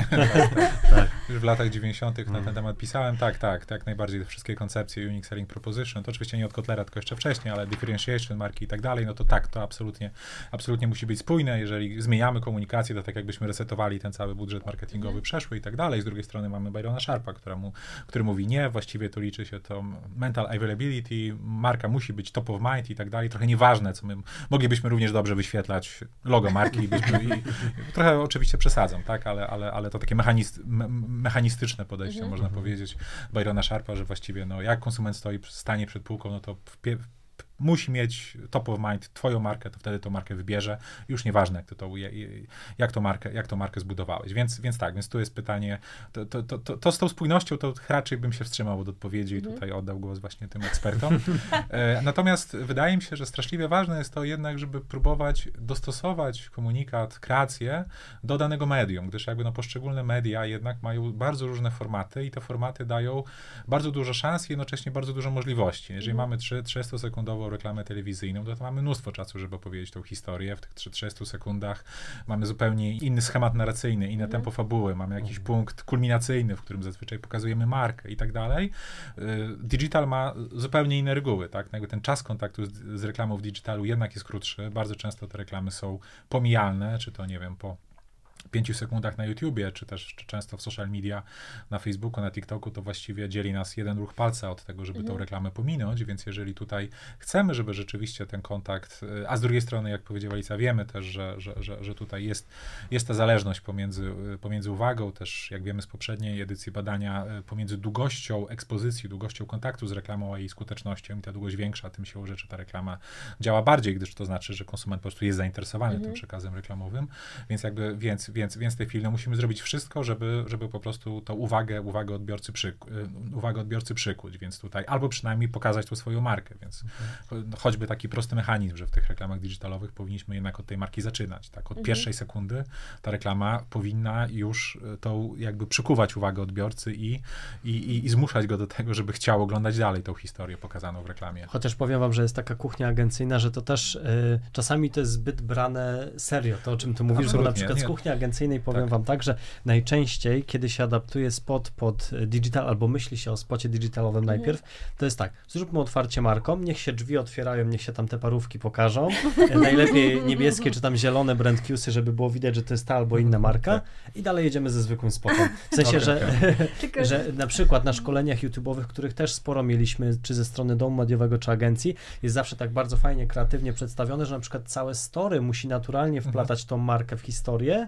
tak. Już w latach dziewięćdziesiątych na ten temat pisałem. Tak, tak, tak, najbardziej te wszystkie koncepcje Unique Selling Proposition, to oczywiście nie od Kotlera, tylko jeszcze wcześniej, ale differentiation, marki i tak dalej, no to tak, to absolutnie, absolutnie musi być spójne. Jeżeli zmieniamy komunikację, to tak jakbyśmy resetowali ten cały budżet marketingowy, mm. przeszły i tak dalej. Z drugiej strony mamy Byrona Sharpa, która mu, który mówi nie, właściwie to liczy się to mental availability, marka musi być top of mind i tak dalej. Trochę nieważne, co my moglibyśmy również dobrze wyświetlać logo marki. Byśmy, i, i, trochę oczywiście przesadzam, tak, ale, ale, ale to takie mechanist, me, mechanistyczne podejście, mm. można mm. powiedzieć, Byrona Sharpa, że właściwie no, jak konsument stoi, stanie przed półką, no to w pie, musi mieć top of mind twoją markę, to wtedy tą markę wybierze. Już nieważne, jak, ty to, jak, to markę, jak to markę zbudowałeś. Więc, więc tak, więc tu jest pytanie, to, to, to, to, to z tą spójnością to raczej bym się wstrzymał od odpowiedzi i tutaj oddał głos właśnie tym ekspertom. E, natomiast wydaje mi się, że straszliwie ważne jest to jednak, żeby próbować dostosować komunikat, kreację do danego medium, gdyż jakby no poszczególne media jednak mają bardzo różne formaty i te formaty dają bardzo dużo szans i jednocześnie bardzo dużo możliwości. Jeżeli mm. mamy trzydziestosekundową reklamę telewizyjną, to, to mamy mnóstwo czasu, żeby opowiedzieć tą historię. W tych trzydziestu sekundach mamy zupełnie inny schemat narracyjny, inne mm. tempo fabuły, mamy jakiś mm. punkt kulminacyjny, w którym zazwyczaj pokazujemy markę i tak dalej. Digital ma zupełnie inne reguły, tak? Jakby ten czas kontaktu z, z reklamą w digitalu jednak jest krótszy. Bardzo często te reklamy są pomijalne, czy to, nie wiem, po pięciu sekundach na YouTubie, czy też czy często w social media, na Facebooku, na TikToku, to właściwie dzieli nas jeden ruch palca od tego, żeby mhm. tą reklamę pominąć, więc jeżeli tutaj chcemy, żeby rzeczywiście ten kontakt, a z drugiej strony, jak powiedziała Alicja, wiemy też, że, że, że, że tutaj jest, jest ta zależność pomiędzy, pomiędzy uwagą, też jak wiemy z poprzedniej edycji badania, pomiędzy długością ekspozycji, długością kontaktu z reklamą, a jej skutecznością, i ta długość większa, tym siłą rzeczy ta reklama działa bardziej, gdyż to znaczy, że konsument po prostu jest zainteresowany mhm. tym przekazem reklamowym, więc jakby, więc Więc, więc w tej chwili no, musimy zrobić wszystko, żeby, żeby po prostu tą uwagę, uwagę odbiorcy, przyku, uwagę odbiorcy przykuć, więc tutaj albo przynajmniej pokazać tą swoją markę, więc mhm. choćby taki prosty mechanizm, że w tych reklamach digitalowych powinniśmy jednak od tej marki zaczynać, tak, od mhm. pierwszej sekundy ta reklama powinna już tą jakby przykuwać uwagę odbiorcy i, i, i, i zmuszać go do tego, żeby chciał oglądać dalej tą historię pokazaną w reklamie. Chociaż powiem wam, że jest taka kuchnia agencyjna, że to też y, czasami to jest zbyt brane serio, to o czym ty mówisz, bo na przykład z kuchni agencyjnej powiem tak. wam tak, że najczęściej, kiedy się adaptuje spot pod digital, albo myśli się o spocie digitalowym mhm. najpierw, to jest tak, zróbmy otwarcie marką, niech się drzwi otwierają, niech się tam te parówki pokażą, najlepiej niebieskie czy tam zielone brand cuesy, żeby było widać, że to jest ta albo inna marka tak. i dalej jedziemy ze zwykłym spotem. W sensie, okay, że, okay. że na przykład na szkoleniach YouTube'owych, których też sporo mieliśmy, czy ze strony domu mediowego, czy agencji, jest zawsze tak bardzo fajnie, kreatywnie przedstawione, że na przykład całe story musi naturalnie wplatać tą markę w historię,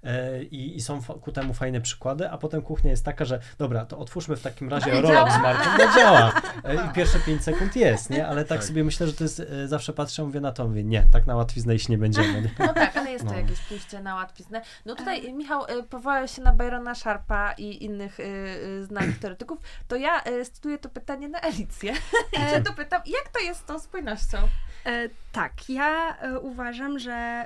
I, i są ku temu fajne przykłady, a potem kuchnia jest taka, że dobra, to otwórzmy w takim razie no roll-up z marką, no działa. I pierwsze pięć sekund jest, nie? Ale tak, tak sobie myślę, że to jest, zawsze patrzę, mówię na to, mówię, nie, tak na łatwiznę iść nie będziemy. Nie? No tak, ale jest no. to jakieś pójście na łatwiznę. No tutaj Michał powołał się na Byrona Sharpa i innych y, znanych teoretyków, to ja y, cytuję to pytanie na Alicję. I cię to pytam, jak to jest z tą spójnością? E, tak, ja e, uważam, że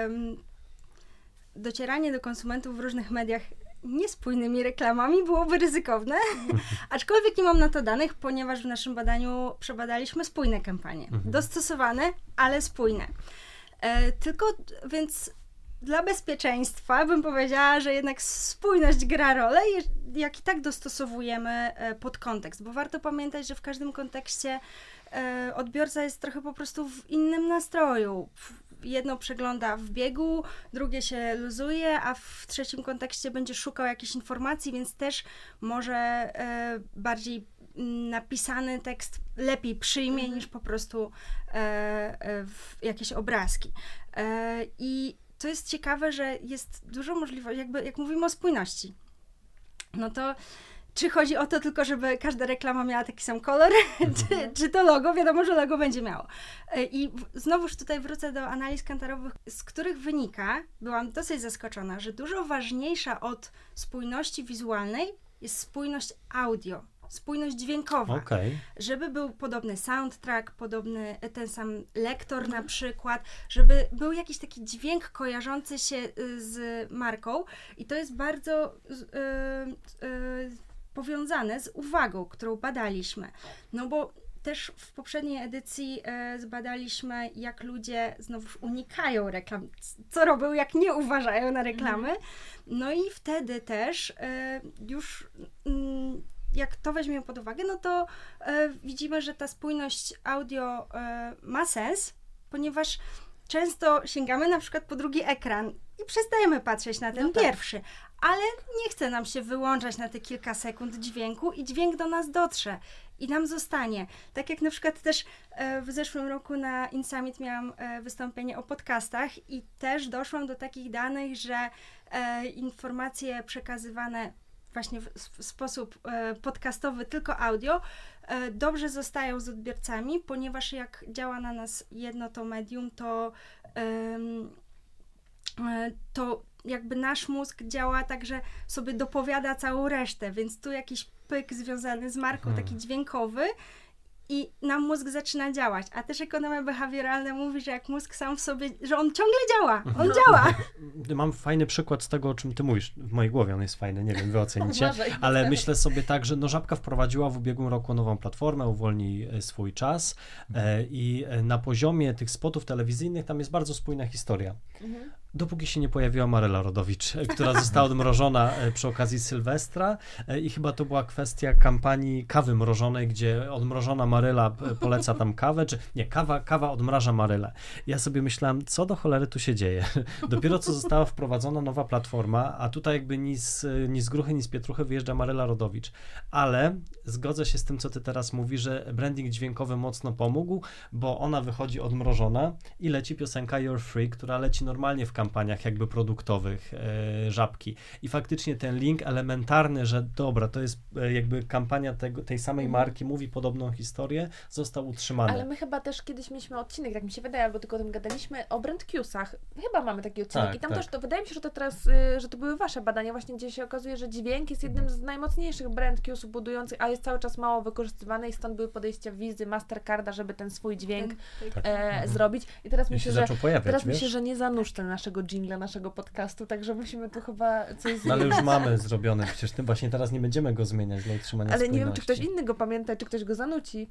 docieranie do konsumentów w różnych mediach niespójnymi reklamami byłoby ryzykowne, aczkolwiek nie mam na to danych, ponieważ w naszym badaniu przebadaliśmy spójne kampanie. Mhm. Dostosowane, ale spójne. E, tylko, więc dla bezpieczeństwa bym powiedziała, że jednak spójność gra rolę, jak i tak dostosowujemy pod kontekst, bo warto pamiętać, że w każdym kontekście e, odbiorca jest trochę po prostu w innym nastroju. Jedno przegląda w biegu, drugie się luzuje, a w trzecim kontekście będzie szukał jakichś informacji, więc też może e, bardziej napisany tekst lepiej przyjmie Mhm. niż po prostu e, e, w jakieś obrazki. E, I to jest ciekawe, że jest dużo możliwości, jakby jak mówimy o spójności, no to czy chodzi o to tylko, żeby każda reklama miała taki sam kolor, czy, czy to logo? Wiadomo, że logo będzie miało. E, I w, znowuż tutaj wrócę do analiz kantarowych, z których wynika, byłam dosyć zaskoczona, że dużo ważniejsza od spójności wizualnej jest spójność audio, spójność dźwiękowa. Okej. Żeby był podobny soundtrack, podobny ten sam lektor na przykład, żeby był jakiś taki dźwięk kojarzący się y, z marką i to jest bardzo y, y, y, powiązane z uwagą, którą badaliśmy. No bo też w poprzedniej edycji e, zbadaliśmy, jak ludzie znowuż unikają reklam, co robią, jak nie uważają na reklamy. No i wtedy też e, już mm, jak to weźmiemy pod uwagę, no to e, widzimy, że ta spójność audio e, ma sens, ponieważ często sięgamy na przykład po drugi ekran i przestajemy patrzeć na ten No tak. pierwszy, ale nie chce nam się wyłączać na te kilka sekund dźwięku i dźwięk do nas dotrze i nam zostanie. Tak jak na przykład też e, w zeszłym roku na InSummit miałam e, wystąpienie o podcastach i też doszłam do takich danych, że e, informacje przekazywane właśnie w, w sposób e, podcastowy, tylko audio, e, dobrze zostają z odbiorcami, ponieważ jak działa na nas jedno to medium, to, em, e, to jakby nasz mózg działa tak, że sobie dopowiada całą resztę, więc tu jakiś pyk związany z marką, Hmm. taki dźwiękowy i nam mózg zaczyna działać. A też ekonomia behawioralna mówi, że jak mózg sam w sobie, że on ciągle działa, on działa. Mam fajny przykład z tego, o czym ty mówisz. W mojej głowie on jest fajny, nie wiem, wy ocenicie. Uważaj. Ale myślę sobie tak, że no Żabka wprowadziła w ubiegłym roku nową platformę, uwolni e, swój czas e, i e, na poziomie tych spotów telewizyjnych tam jest bardzo spójna historia. Mhm. Dopóki się nie pojawiła Maryla Rodowicz, e, która została odmrożona e, przy okazji Sylwestra e, i chyba to była kwestia kampanii kawy mrożonej, gdzie odmrożona Maryla e, poleca tam kawę, czy nie, kawa, kawa odmraża Marylę. Ja sobie myślałem, co do cholery tu się dzieje. Dopiero co została wprowadzona nowa platforma, a tutaj jakby ni z, ni z gruchy, ni z pietruchy wyjeżdża Maryla Rodowicz. Ale zgodzę się z tym, co ty teraz mówisz, że branding dźwiękowy mocno pomógł, bo ona wychodzi odmrożona i leci piosenka You're Free, która leci normalnie w kampaniach jakby produktowych e, Żabki. I faktycznie ten link elementarny, że dobra, to jest e, jakby kampania tego, tej samej marki, mówi podobną historię, został utrzymany. Ale my chyba też kiedyś mieliśmy odcinek, tak mi się wydaje, albo tylko o tym gadaliśmy, o brand Qsach. Chyba mamy taki odcinek Tak, i tam tak. też to, wydaje mi się, że to teraz, y, że to były wasze badania właśnie, gdzie się okazuje, że dźwięk jest jednym z najmocniejszych brand Qsów budujących, a jest cały czas mało wykorzystywany i stąd były podejścia Wizy, Mastercarda, żeby ten swój dźwięk Tak. e, zrobić. I teraz I się myślę, że zaczął pojawiać, teraz wiesz? myślę, że nie zanuszczę naszego dżingla, naszego podcastu, także musimy tu chyba coś No zmienić. ale już mamy zrobione, przecież ty właśnie teraz nie będziemy go zmieniać dla utrzymania Ale nie wiem, czy ktoś spójności. inny go pamięta, czy ktoś go zanuci.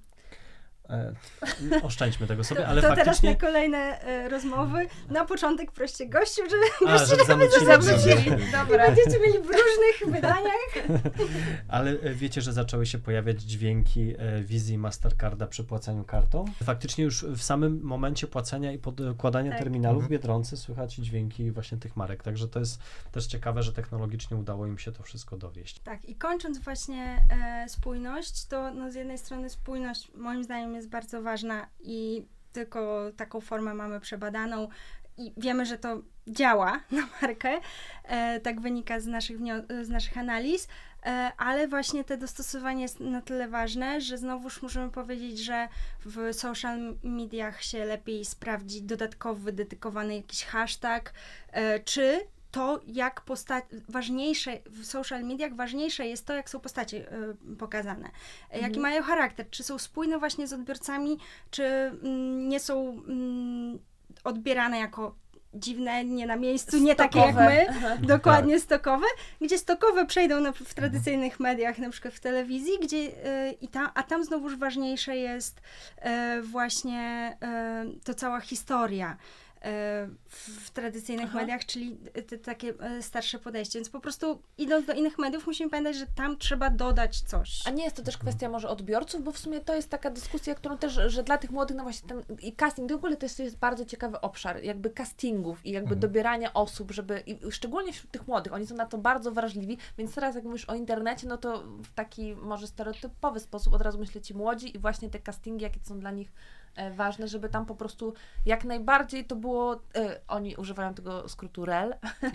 E, oszczędźmy tego sobie, To, ale to teraz faktycznie... na kolejne e, rozmowy. Na początek proście gościu, żeby A, żeby zanucili Zanucili. sobie. Dobra. będziecie mieli w różnych wydaniach. Ale e, wiecie, że zaczęły się pojawiać dźwięki e, Wizji Mastercarda przy płaceniu kartą? Faktycznie już w samym momencie płacenia i podkładania Tak. terminalu w Mhm. Biedronce słychać dźwięki właśnie tych marek, także to jest też ciekawe, że technologicznie udało im się to wszystko dowieść. Tak, i kończąc właśnie e, spójność, to no, z jednej strony spójność moim zdaniem jest bardzo ważna i tylko taką formę mamy przebadaną i wiemy, że to działa na markę, e, tak wynika z naszych, wnio- z naszych analiz, e, ale właśnie to dostosowanie jest na tyle ważne, że znowuż możemy powiedzieć, że w social mediach się lepiej sprawdzi dodatkowy, dedykowany jakiś hashtag, e, czy to, jak postać, ważniejsze w social mediach, ważniejsze jest to, jak są postacie y, pokazane, mhm. jaki mają charakter, czy są spójne właśnie z odbiorcami, czy mm, nie są mm, odbierane jako dziwne, nie na miejscu, nie takie jak my, Aha. dokładnie stokowe, gdzie stokowe przejdą na, w tradycyjnych mediach, na przykład w telewizji, gdzie y, i tam, a tam znowuż ważniejsze jest y, właśnie y, to cała historia. w tradycyjnych Aha. mediach, czyli te takie starsze podejście. Więc po prostu idąc do innych mediów, musimy pamiętać, że tam trzeba dodać coś. A nie jest to też kwestia może odbiorców, bo w sumie to jest taka dyskusja, którą też, że dla tych młodych, no właśnie ten i casting, w ogóle to jest, to jest bardzo ciekawy obszar, jakby castingów i jakby Mhm. dobierania osób, żeby, i szczególnie wśród tych młodych, oni są na to bardzo wrażliwi, więc teraz jak mówisz o internecie, no to w taki może stereotypowy sposób od razu myślę ci młodzi i właśnie te castingi, jakie są dla nich e, ważne, żeby tam po prostu jak najbardziej to było, e, oni używają tego skrótu R E L.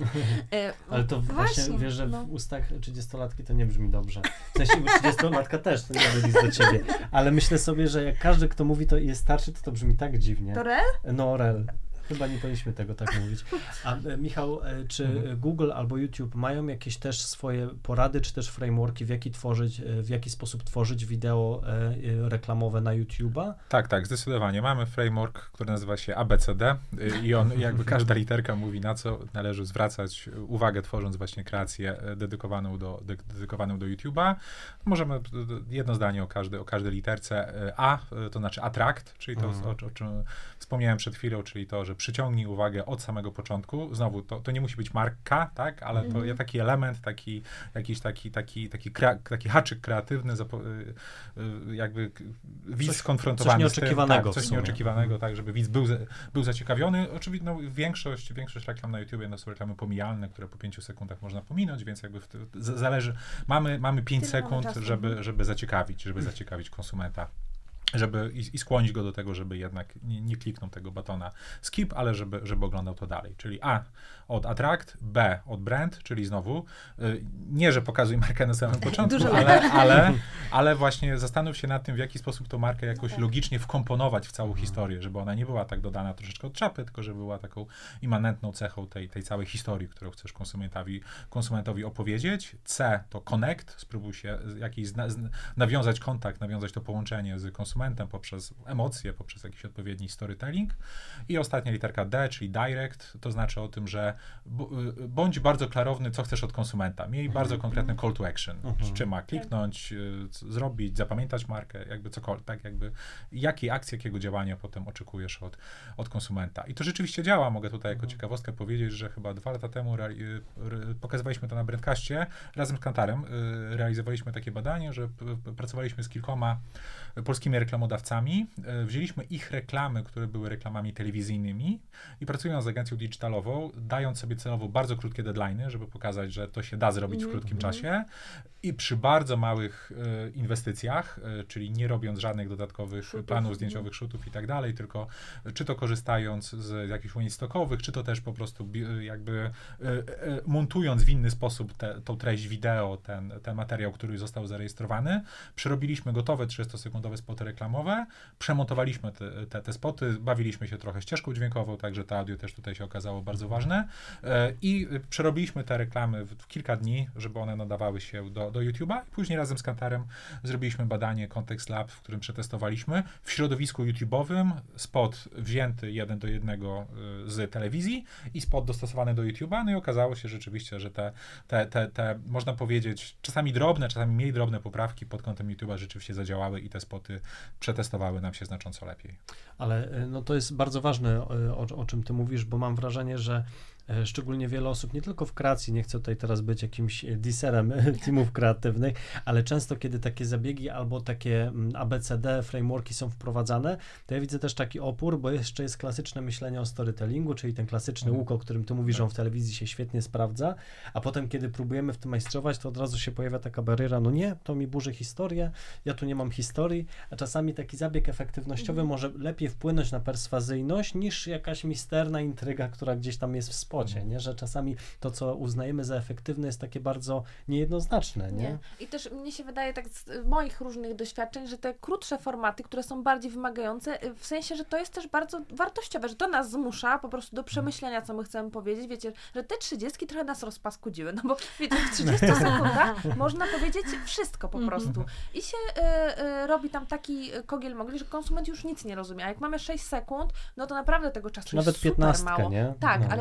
e, Ale to właśnie, Właśnie, wiesz, że no. w ustach trzydziestolatki to nie brzmi dobrze. W sensie, bo trzydziestolatka też, to nie będzie nic do ciebie. Ale myślę sobie, że jak każdy, kto mówi, to jest starszy, to to brzmi tak dziwnie. To R E L? No, R E L. Chyba nie powinniśmy tego tak mówić. A e, Michał, e, czy Mhm. Google albo YouTube mają jakieś też swoje porady, czy też frameworki, w jaki tworzyć, e, w jaki sposób tworzyć wideo e, e, reklamowe na YouTube'a? Tak, tak, zdecydowanie. Mamy framework, który nazywa się A B C D y, i on, jakby każda literka mówi, na co należy zwracać uwagę, tworząc właśnie kreację e, dedykowaną do, de, dedykowaną do YouTube'a. Możemy y, jedno zdanie o, każdy, o każdej literce. E, A, y, to znaczy attract, czyli to, Mhm. o, o czym wspomniałem przed chwilą, czyli to, że przyciągnij uwagę od samego początku. Znowu, to, to nie musi być marka, tak, ale to Mhm. taki element, taki, jakiś taki, taki, taki, krea, taki haczyk kreatywny, zapo, y, y, jakby k- widz Coś- skonfrontowany coś z tym, nieoczekiwanego tak, w coś sumie. nieoczekiwanego, Mhm. tak, żeby widz był, za- był zaciekawiony. Oczywiście no, większość, większość reklam na YouTubie no, są reklamy pomijalne, które po pięciu sekundach można pominąć, więc jakby w ty, z, zależy, mamy, mamy pięć Tyle mamy sekund, czasu. żeby, żeby zaciekawić, żeby zaciekawić konsumenta. Żeby i, i skłonić go do tego, żeby jednak nie, nie kliknął tego batona skip, ale żeby, żeby oglądał to dalej. Czyli A od attract, B od brand, czyli znowu y, nie, że pokazuj markę na samym początku, Dużo ale, ale, ale właśnie zastanów się nad tym, w jaki sposób tą markę jakoś tak. logicznie wkomponować w całą historię, żeby ona nie była tak dodana troszeczkę od czapy, tylko żeby była taką immanentną cechą tej, tej całej historii, którą chcesz konsumentowi, konsumentowi opowiedzieć. C to connect, spróbuj się jakiś zna, z, nawiązać kontakt, nawiązać to połączenie z konsumentem poprzez emocje, poprzez jakiś odpowiedni storytelling. I ostatnia literka D, czyli direct, to znaczy o tym, że b- bądź bardzo klarowny, co chcesz od konsumenta. Miej bardzo konkretny call to action. Mhm. Czy ma kliknąć, y, c- zrobić, zapamiętać markę, jakby cokolwiek, tak jakby jakiej akcji, jakiego działania potem oczekujesz od, od konsumenta. I to rzeczywiście działa. Mogę tutaj jako ciekawostkę powiedzieć, że chyba dwa lata temu reali- y, r- pokazywaliśmy to na Brandcaście razem z Kantarem. y, Realizowaliśmy takie badanie, że p- p- pracowaliśmy z kilkoma polskimi reklamodawcami. E, Wzięliśmy ich reklamy, które były reklamami telewizyjnymi i pracując z agencją digitalową, dając sobie celowo bardzo krótkie deadline'y, żeby pokazać, że to się da zrobić w Mhm. krótkim czasie i przy bardzo małych e, inwestycjach, e, czyli nie robiąc żadnych dodatkowych Shootów, planów mhm. zdjęciowych, shootów i tak dalej, tylko e, czy to korzystając z jakichś ujęć stokowych, czy to też po prostu bi- e, jakby e, e, montując w inny sposób te, tą treść wideo, ten, ten materiał, który został zarejestrowany, przerobiliśmy gotowe trzydziestosekundowe spoty reklamowe, przemontowaliśmy te, te, te spoty, bawiliśmy się trochę ścieżką dźwiękową, także to audio też tutaj się okazało bardzo ważne e, i przerobiliśmy te reklamy w, w kilka dni, żeby one nadawały się do, do YouTube'a i później razem z Kantarem zrobiliśmy badanie Context Lab, w którym przetestowaliśmy w środowisku YouTube'owym spot wzięty jeden do jednego y, z telewizji i spot dostosowany do YouTube'a, no i okazało się rzeczywiście, że te, te, te, te można powiedzieć, czasami drobne, czasami mniej drobne poprawki pod kątem YouTube'a rzeczywiście zadziałały i te spoty przetestowały nam się znacząco lepiej. Ale e, no to jest bardzo ważne, e, o, o czym ty mówisz, bo mam wrażenie, że e, szczególnie wiele osób, nie tylko w kreacji, nie chcę tutaj teraz być jakimś e, diserem e, teamów kreatywnych, ale często, kiedy takie zabiegi albo takie mm, A B C D, frameworki są wprowadzane, to ja widzę też taki opór, bo jeszcze jest klasyczne myślenie o storytellingu, czyli ten klasyczny Mhm. łuk, o którym ty mówisz, że on w telewizji się świetnie sprawdza, a potem, kiedy próbujemy w tym majstrować, to od razu się pojawia taka bariera, no nie, to mi burzy historię, ja tu nie mam historii, a czasami taki zabieg efektywnościowy Mhm. może lepiej wpłynąć na perswazyjność niż jakaś misterna intryga, która gdzieś tam jest w spocie, nie? Że czasami to, co uznajemy za efektywne, jest takie bardzo niejednoznaczne, nie? Nie. I też mnie się wydaje tak z moich różnych doświadczeń, że te krótsze formaty, które są bardziej wymagające, w sensie, że to jest też bardzo wartościowe, że to nas zmusza po prostu do przemyślenia, co my chcemy powiedzieć. Wiecie, że te trzydziestki trochę nas rozpaskudziły, no bo wiecie, w trzydziestu sekundach można powiedzieć wszystko po prostu. I się y, y, robi tam taki kogiel mogli, że konsument już nic nie rozumie, a jak mamy sześć sekund, no to naprawdę tego czasu Czy jest nawet super piętnastkę, mało. nie? Tak, No. ale to naprawdę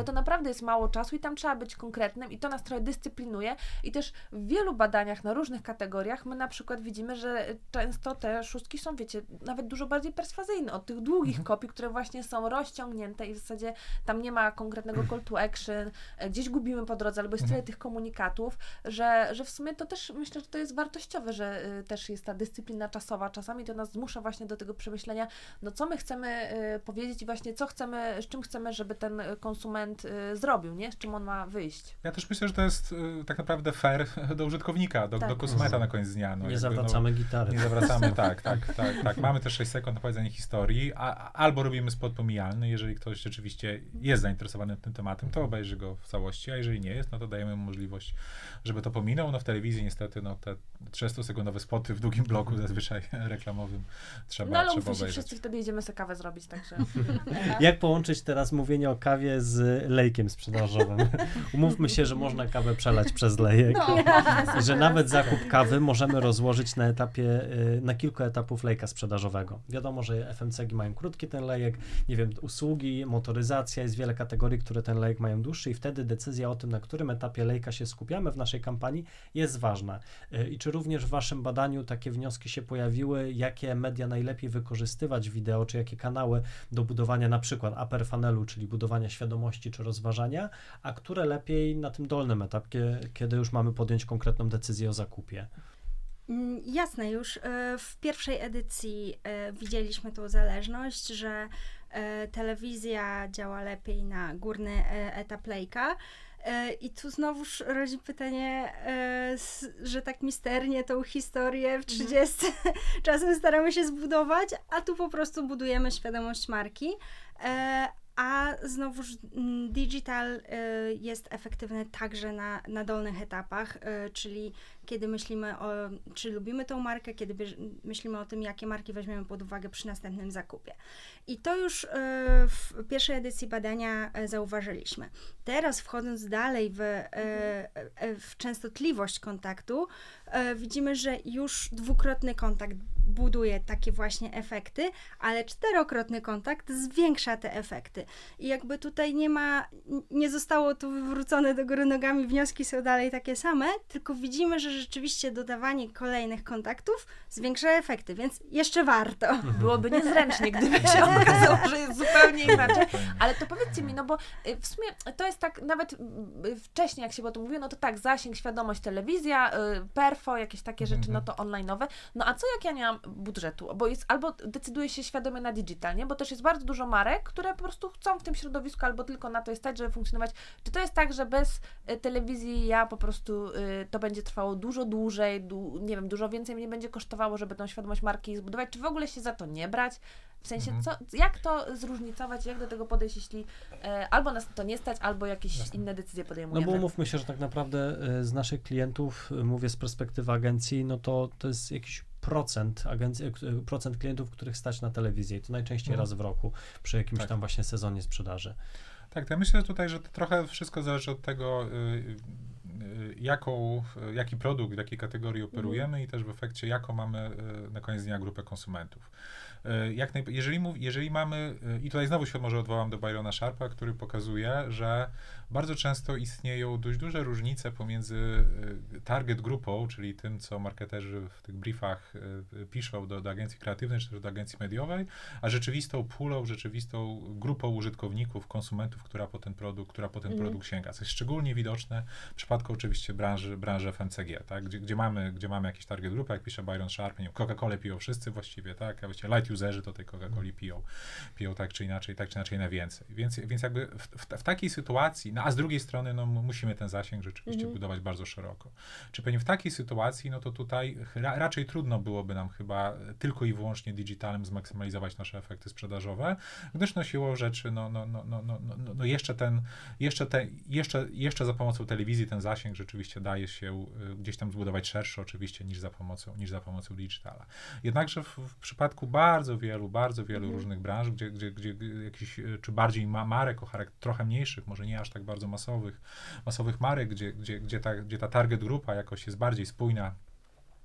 naprawdę jest mało czasu i tam trzeba być konkretnym i to nas trochę dyscyplinuje i też w wielu badaniach na różnych kategoriach my na przykład widzimy, że często te szóstki są, wiecie, nawet dużo bardziej perswazyjne od tych długich mhm. kopii, które właśnie są rozciągnięte i w zasadzie tam nie ma konkretnego call to action, gdzieś gubimy po drodze, albo jest mhm. tyle tych komunikatów, że, że w sumie to też myślę, że to jest wartościowe, że y, też jest ta dyscyplina czasowa. Czasami to nas zmusza właśnie do tego przemyślenia, no co my chcemy y, powiedzieć i właśnie co chcemy, z czym chcemy, żeby ten konsument y, zrobił, nie? Z czym on ma wyjść. Ja też myślę, że to jest y, tak naprawdę fair do użytkownika, do, tak. do konsumenta na koniec dnia. No, nie jakby, zawracamy no, gitary. Nie zawracamy, tak, tak, tak, tak. Mamy też sześć sekund na powiedzenie historii, a, albo robimy spot pomijalny, jeżeli ktoś rzeczywiście jest zainteresowany tym tematem, to obejrzy go w całości, a jeżeli nie jest, no to dajemy mu możliwość, żeby to pominął. No w telewizji niestety no te trzydziestosekundowe spoty w długim bloku zazwyczaj reklamowym trzeba, no, ale trzeba umówmy się, obejrzeć. wszyscy wtedy jedziemy sobie kawę zrobić, także... Jak połączyć teraz mówienie o kawie z lejkiem sprzedażowym? Umówmy się, że można kawę przelać przez lejek no. i że nawet zakup kawy możemy rozłożyć na etapie, na kilku etapów lejka sprzedażowego. Wiadomo, że F M C G mają krótki ten lejek, nie wiem, usługi, motoryzacja, jest wiele kategorii, które ten lejek mają dłuższy i wtedy decyzja o tym, na którym etapie lejka się skupiamy w naszej kampanii, jest ważna. I czy również w waszym badaniu takie wnioski się pojawiły, jakie media najlepiej wykorzystywać wideo, czy jakie kanały do budowania na przykład upper funnelu, czyli budowania świadomości czy rozważania, a które lepiej na tym dolnym etapie, kiedy już mamy podjąć konkretną decyzję o zakupie? Jasne, już w pierwszej edycji widzieliśmy tą zależność, że telewizja działa lepiej na górny etap lejka. I tu znowuż rodzi pytanie, że tak misternie tą historię w trzydzieści mhm. czasem staramy się zbudować, a tu po prostu budujemy świadomość marki. A znowuż digital jest efektywny także na, na dolnych etapach, czyli kiedy myślimy o, czy lubimy tą markę, kiedy myślimy o tym, jakie marki weźmiemy pod uwagę przy następnym zakupie. I to już w pierwszej edycji badania zauważyliśmy. Teraz wchodząc dalej w, w częstotliwość kontaktu, widzimy, że już dwukrotny kontakt buduje takie właśnie efekty, ale czterokrotny kontakt zwiększa te efekty. I jakby tutaj nie ma, nie zostało tu wywrócone do góry nogami, wnioski są dalej takie same, tylko widzimy, że rzeczywiście dodawanie kolejnych kontaktów zwiększa efekty, więc jeszcze warto. Byłoby niezręcznie, gdyby się okazało, że jest zupełnie inaczej. Ale to powiedzcie mi, no bo w sumie to jest tak, nawet wcześniej jak się o tym mówiło, no to tak, zasięg, świadomość, telewizja, perfo, jakieś takie rzeczy, no to online'owe. No a co jak ja nie mam budżetu? Bo jest, albo decyduję się świadomie na digital, nie? Bo też jest bardzo dużo marek, które po prostu chcą w tym środowisku albo tylko na to jest stać, żeby funkcjonować. Czy to jest tak, że bez y, telewizji ja po prostu y, to będzie trwało dużo dłużej, du, nie wiem, dużo więcej mnie będzie kosztowało, żeby tą świadomość marki zbudować? Czy w ogóle się za to nie brać? W sensie, mhm. co, jak to zróżnicować, jak do tego podejść, jeśli y, albo nas to nie stać, albo jakieś Jasne. inne decyzje podejmujemy? No bo umówmy się, że tak naprawdę y, z naszych klientów, y, mówię z perspektywy agencji, no to to jest jakiś procent, agencji, procent klientów, których stać na telewizję i to najczęściej mhm. raz w roku przy jakimś tak. tam właśnie sezonie sprzedaży. Tak, to ja myślę tutaj, że to trochę wszystko zależy od tego, jaką, jaki produkt, w jakiej kategorii operujemy mhm. i też w efekcie, jaką mamy na koniec dnia grupę konsumentów. Jak naj, jeżeli, mów, jeżeli mamy, i tutaj znowu się może odwołam do Byrona Sharpa, który pokazuje, że bardzo często istnieją dość duże różnice pomiędzy target grupą, czyli tym, co marketerzy w tych briefach piszą do, do agencji kreatywnej, czy też do agencji mediowej, a rzeczywistą pulą, rzeczywistą grupą użytkowników, konsumentów, która po ten produkt, która po ten mm. produkt sięga. Co jest szczególnie widoczne w przypadku oczywiście branży, branży F M C G, tak? Gdzie, gdzie, mamy, gdzie mamy jakiś target grupę, jak pisze Byron Sharp, nie wiem, Coca-Colę piją wszyscy właściwie, tak? A właściwie light userzy to tej Coca-Coli piją, piją tak czy inaczej, tak czy inaczej na więcej. Więc, więc jakby w, w, w takiej sytuacji, no a z drugiej strony, no musimy ten zasięg rzeczywiście mm. budować bardzo szeroko. Czy pewnie w takiej sytuacji, no to tutaj ra, raczej trudno byłoby nam chyba tylko i wyłącznie digitalem zmaksymalizować nasze efekty sprzedażowe, gdyż no siłą rzeczy, no, no, no, no, no, no, no jeszcze ten, jeszcze ten, jeszcze, jeszcze za pomocą telewizji ten zasięg rzeczywiście daje się gdzieś tam zbudować szerszy oczywiście niż za pomocą, niż za pomocą digitala. Jednakże w, w przypadku bardzo wielu, bardzo wielu mm. różnych branż, gdzie, gdzie, gdzie jakiś, czy bardziej ma, marek o charakterze trochę mniejszych, może nie aż tak bardzo masowych, masowych marek, gdzie, gdzie, gdzie, ta, gdzie ta target grupa jakoś jest bardziej spójna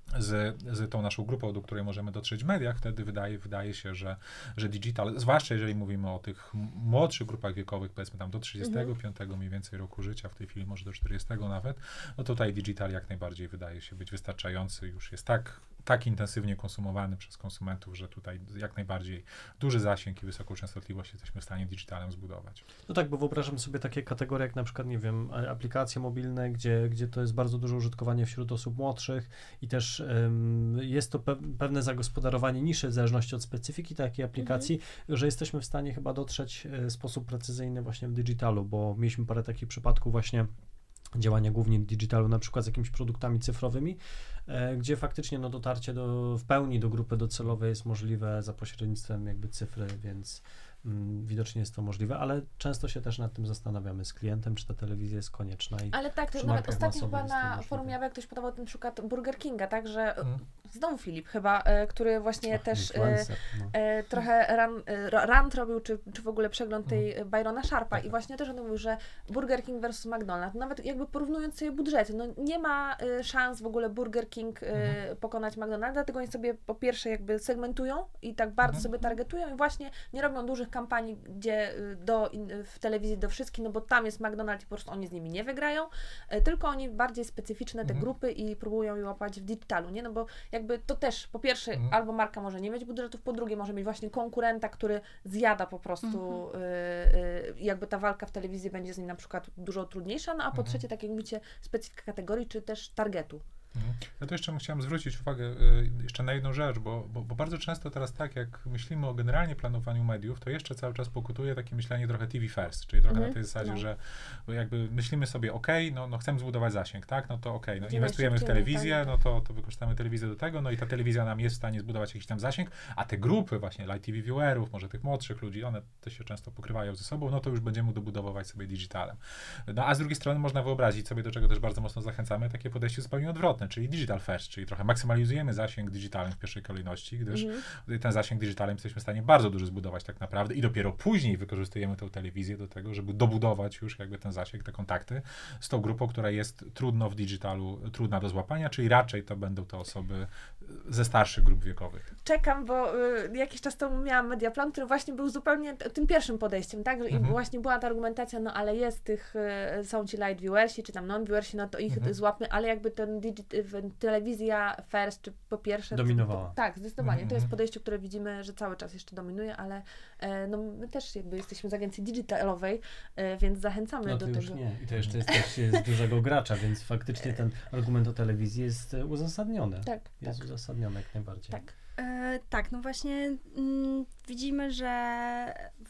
z, z tą naszą grupą, do której możemy dotrzeć w mediach, wtedy wydaje, wydaje się, że, że digital, zwłaszcza jeżeli mówimy o tych młodszych grupach wiekowych, powiedzmy tam do trzydziestego piątego mhm. mniej więcej roku życia, w tej chwili może do czterdziestego nawet, no tutaj digital jak najbardziej wydaje się być wystarczający, już jest tak tak intensywnie konsumowany przez konsumentów, że tutaj jak najbardziej duży zasięg i wysoką częstotliwość jesteśmy w stanie digitalem zbudować. No tak, bo wyobrażam sobie takie kategorie jak na przykład, nie wiem, aplikacje mobilne, gdzie, gdzie to jest bardzo duże użytkowanie wśród osób młodszych i też um, jest to pe- pewne zagospodarowanie niszy w zależności od specyfiki takiej aplikacji, mhm. że jesteśmy w stanie chyba dotrzeć w sposób precyzyjny właśnie w digitalu, bo mieliśmy parę takich przypadków właśnie działania głównie digitalu, na przykład z jakimiś produktami cyfrowymi, e, gdzie faktycznie no, dotarcie do, w pełni do grupy docelowej jest możliwe za pośrednictwem jakby cyfry, więc mm, widocznie jest to możliwe, ale często się też nad tym zastanawiamy z klientem, czy ta telewizja jest konieczna. I ale tak, to nawet ostatnio chyba na forum Jawia ktoś podawał ten przykład Burger Kinga, tak, że hmm. znowu Filip chyba, e, który właśnie Ach, też e, no. e, trochę run, e, rant robił, czy, czy w ogóle przegląd tej hmm. Byrona Sharpa tak. i właśnie też on mówił, że Burger King versus McDonald's, nawet jakby porównując sobie budżety, no nie ma e, szans w ogóle Burger King e, hmm. pokonać McDonald's, dlatego oni sobie po pierwsze jakby segmentują i tak bardzo hmm. sobie targetują i właśnie nie robią dużych kampanii, gdzie do, w telewizji do wszystkich, no bo tam jest McDonald's i po prostu oni z nimi nie wygrają, e, tylko oni bardziej specyficzne te hmm. grupy i próbują je łapać w digitalu, nie, no bo jakby to też, po pierwsze, mhm. albo marka może nie mieć budżetów, po drugie może mieć właśnie konkurenta, który zjada po prostu, mhm. y, y, jakby ta walka w telewizji będzie z nim na przykład dużo trudniejsza, no a po mhm. trzecie, tak jak mówicie, specyfika kategorii, czy też targetu. Ja to jeszcze chciałem zwrócić uwagę y, jeszcze na jedną rzecz, bo, bo, bo bardzo często teraz tak, jak myślimy o generalnie planowaniu mediów, to jeszcze cały czas pokutuje takie myślenie trochę T V first, czyli trochę mm-hmm. na tej zasadzie, no. że jakby myślimy sobie, ok, no, no chcemy zbudować zasięg, tak, no to ok, no inwestujemy w telewizję, no to, to wykorzystamy telewizję do tego, no i ta telewizja nam jest w stanie zbudować jakiś tam zasięg, a te grupy właśnie live T V viewerów, może tych młodszych ludzi, one też się często pokrywają ze sobą, no to już będziemy dobudowywać sobie digitalem. No a z drugiej strony można wyobrazić sobie, do czego też bardzo mocno zachęcamy, takie podejście zupełnie odwrotne, czyli digital first, czyli trochę maksymalizujemy zasięg digitalny w pierwszej kolejności, gdyż mm-hmm. ten zasięg digitalny jesteśmy w stanie bardzo duży zbudować tak naprawdę i dopiero później wykorzystujemy tę telewizję do tego, żeby dobudować już jakby ten zasięg, te kontakty z tą grupą, która jest trudno w digitalu, trudna do złapania, czyli raczej to będą te osoby ze starszych grup wiekowych. Czekam, bo y, jakiś czas temu miałam mediaplan, który właśnie był zupełnie t- tym pierwszym podejściem, tak? I mm-hmm. właśnie była ta argumentacja, no ale jest tych, y, są ci light viewersi, czy tam non-viewersi, no to ich mm-hmm. złapmy, ale jakby ten digi- telewizja first, czy po pierwsze... Dominowała. To, tak, zdecydowanie. Mm-hmm. To jest podejście, które widzimy, że cały czas jeszcze dominuje, ale e, no my też jakby jesteśmy z agencji digitalowej, e, więc zachęcamy no, do już tego. Nie. I to jeszcze jest też z dużego gracza, więc faktycznie ten argument o telewizji jest uzasadniony. Tak, jest tak. uzasadniony jak najbardziej. Tak. E, tak, no właśnie mm, widzimy, że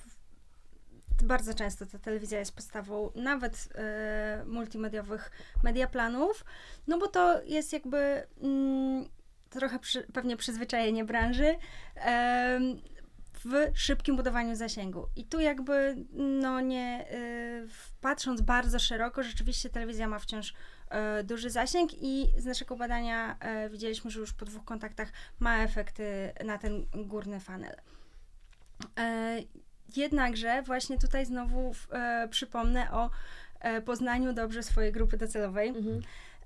w, bardzo często ta telewizja jest podstawą nawet e, multimediowych mediaplanów, no bo to jest jakby mm, trochę przy, pewnie przyzwyczajenie branży e, w szybkim budowaniu zasięgu. I tu jakby, no nie, y, patrząc bardzo szeroko, rzeczywiście telewizja ma wciąż y, duży zasięg i z naszego badania y, widzieliśmy, że już po dwóch kontaktach ma efekty na ten górny funnel. Y, jednakże właśnie tutaj znowu y, przypomnę o y, poznaniu dobrze swojej grupy docelowej. Mhm.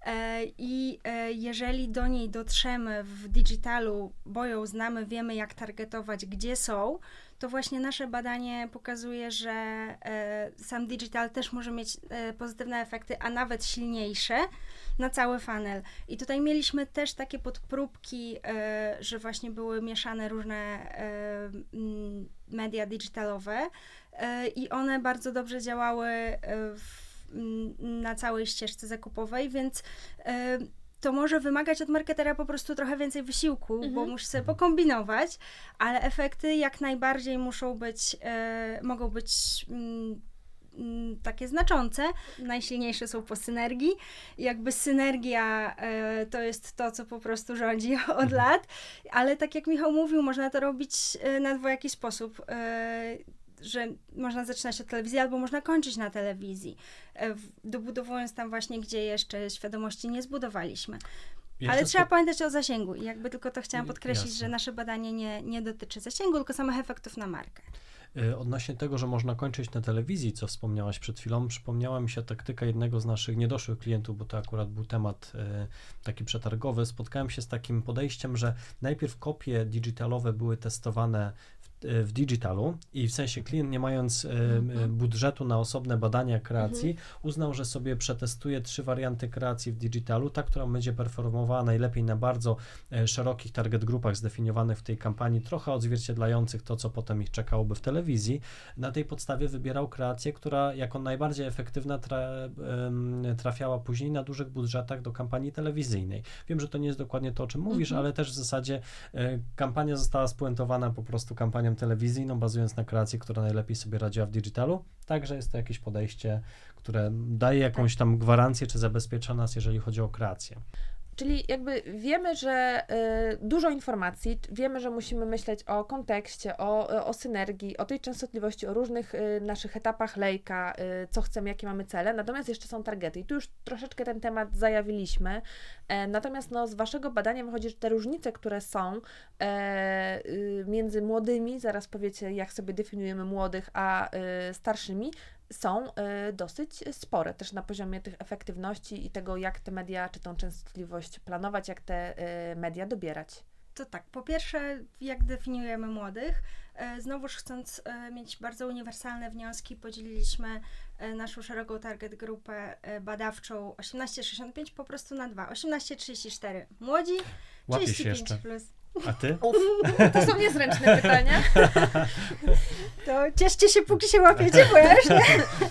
I jeżeli do niej dotrzemy w digitalu, bo ją znamy, wiemy jak targetować, gdzie są, to właśnie nasze badanie pokazuje, że sam digital też może mieć pozytywne efekty, a nawet silniejsze na cały funnel. I tutaj mieliśmy też takie podpróbki, że właśnie były mieszane różne media digitalowe i one bardzo dobrze działały w na całej ścieżce zakupowej, więc y, to może wymagać od marketera po prostu trochę więcej wysiłku, mhm. bo musi sobie pokombinować, ale efekty jak najbardziej muszą być, y, mogą być y, y, takie znaczące. Najsilniejsze są po synergii. Jakby synergia y, to jest to, co po prostu rządzi od lat, ale tak jak Michał mówił, można to robić y, na dwojaki sposób. Y, że można zaczynać od telewizji, albo można kończyć na telewizji, dobudowując tam właśnie, gdzie jeszcze świadomości nie zbudowaliśmy. Jeszcze Ale trzeba po... pamiętać o zasięgu i jakby tylko to chciałam podkreślić, Jasne. że nasze badanie nie, nie dotyczy zasięgu, tylko samych efektów na markę. Odnośnie tego, że można kończyć na telewizji, co wspomniałaś przed chwilą, przypomniała mi się taktyka jednego z naszych niedoszłych klientów, bo to akurat był temat taki przetargowy. Spotkałem się z takim podejściem, że najpierw kopie digitalowe były testowane w digitalu i w sensie klient, nie mając mhm. budżetu na osobne badania kreacji, mhm. uznał, że sobie przetestuje trzy warianty kreacji w digitalu, ta, która będzie performowała najlepiej na bardzo szerokich target grupach zdefiniowanych w tej kampanii, trochę odzwierciedlających to, co potem ich czekałoby w telewizji. Na tej podstawie wybierał kreację, która jako najbardziej efektywna tra, trafiała później na dużych budżetach do kampanii telewizyjnej. Wiem, że to nie jest dokładnie to, o czym mówisz, mhm. ale też w zasadzie kampania została spuentowana po prostu kampanią telewizyjną, bazując na kreacji, która najlepiej sobie radziła w digitalu. Także jest to jakieś podejście, które daje jakąś tam gwarancję, czy zabezpiecza nas, jeżeli chodzi o kreację. Czyli jakby wiemy, że y, dużo informacji, wiemy, że musimy myśleć o kontekście, o, o synergii, o tej częstotliwości, o różnych y, naszych etapach lejka, y, co chcemy, jakie mamy cele, natomiast jeszcze są targety i tu już troszeczkę ten temat zajawiliśmy, e, natomiast no, z Waszego badania wychodzi, że te różnice, które są e, y, między młodymi, zaraz powiecie, jak sobie definiujemy młodych, a y, starszymi, są y, dosyć spore też na poziomie tych efektywności i tego, jak te media, czy tą częstotliwość planować, jak te y, media dobierać. To tak, po pierwsze, jak definiujemy młodych, e, znowuż chcąc e, mieć bardzo uniwersalne wnioski, podzieliliśmy e, naszą szeroką target grupę e, badawczą osiemnaście sześćdziesiąt pięć po prostu na dwa. osiemnaście trzydzieści cztery młodzi, trzydzieści pięć plus. A ty? Uf, to są niezręczne pytania. To cieszcie się, póki się łapiecie, bo ja już nie.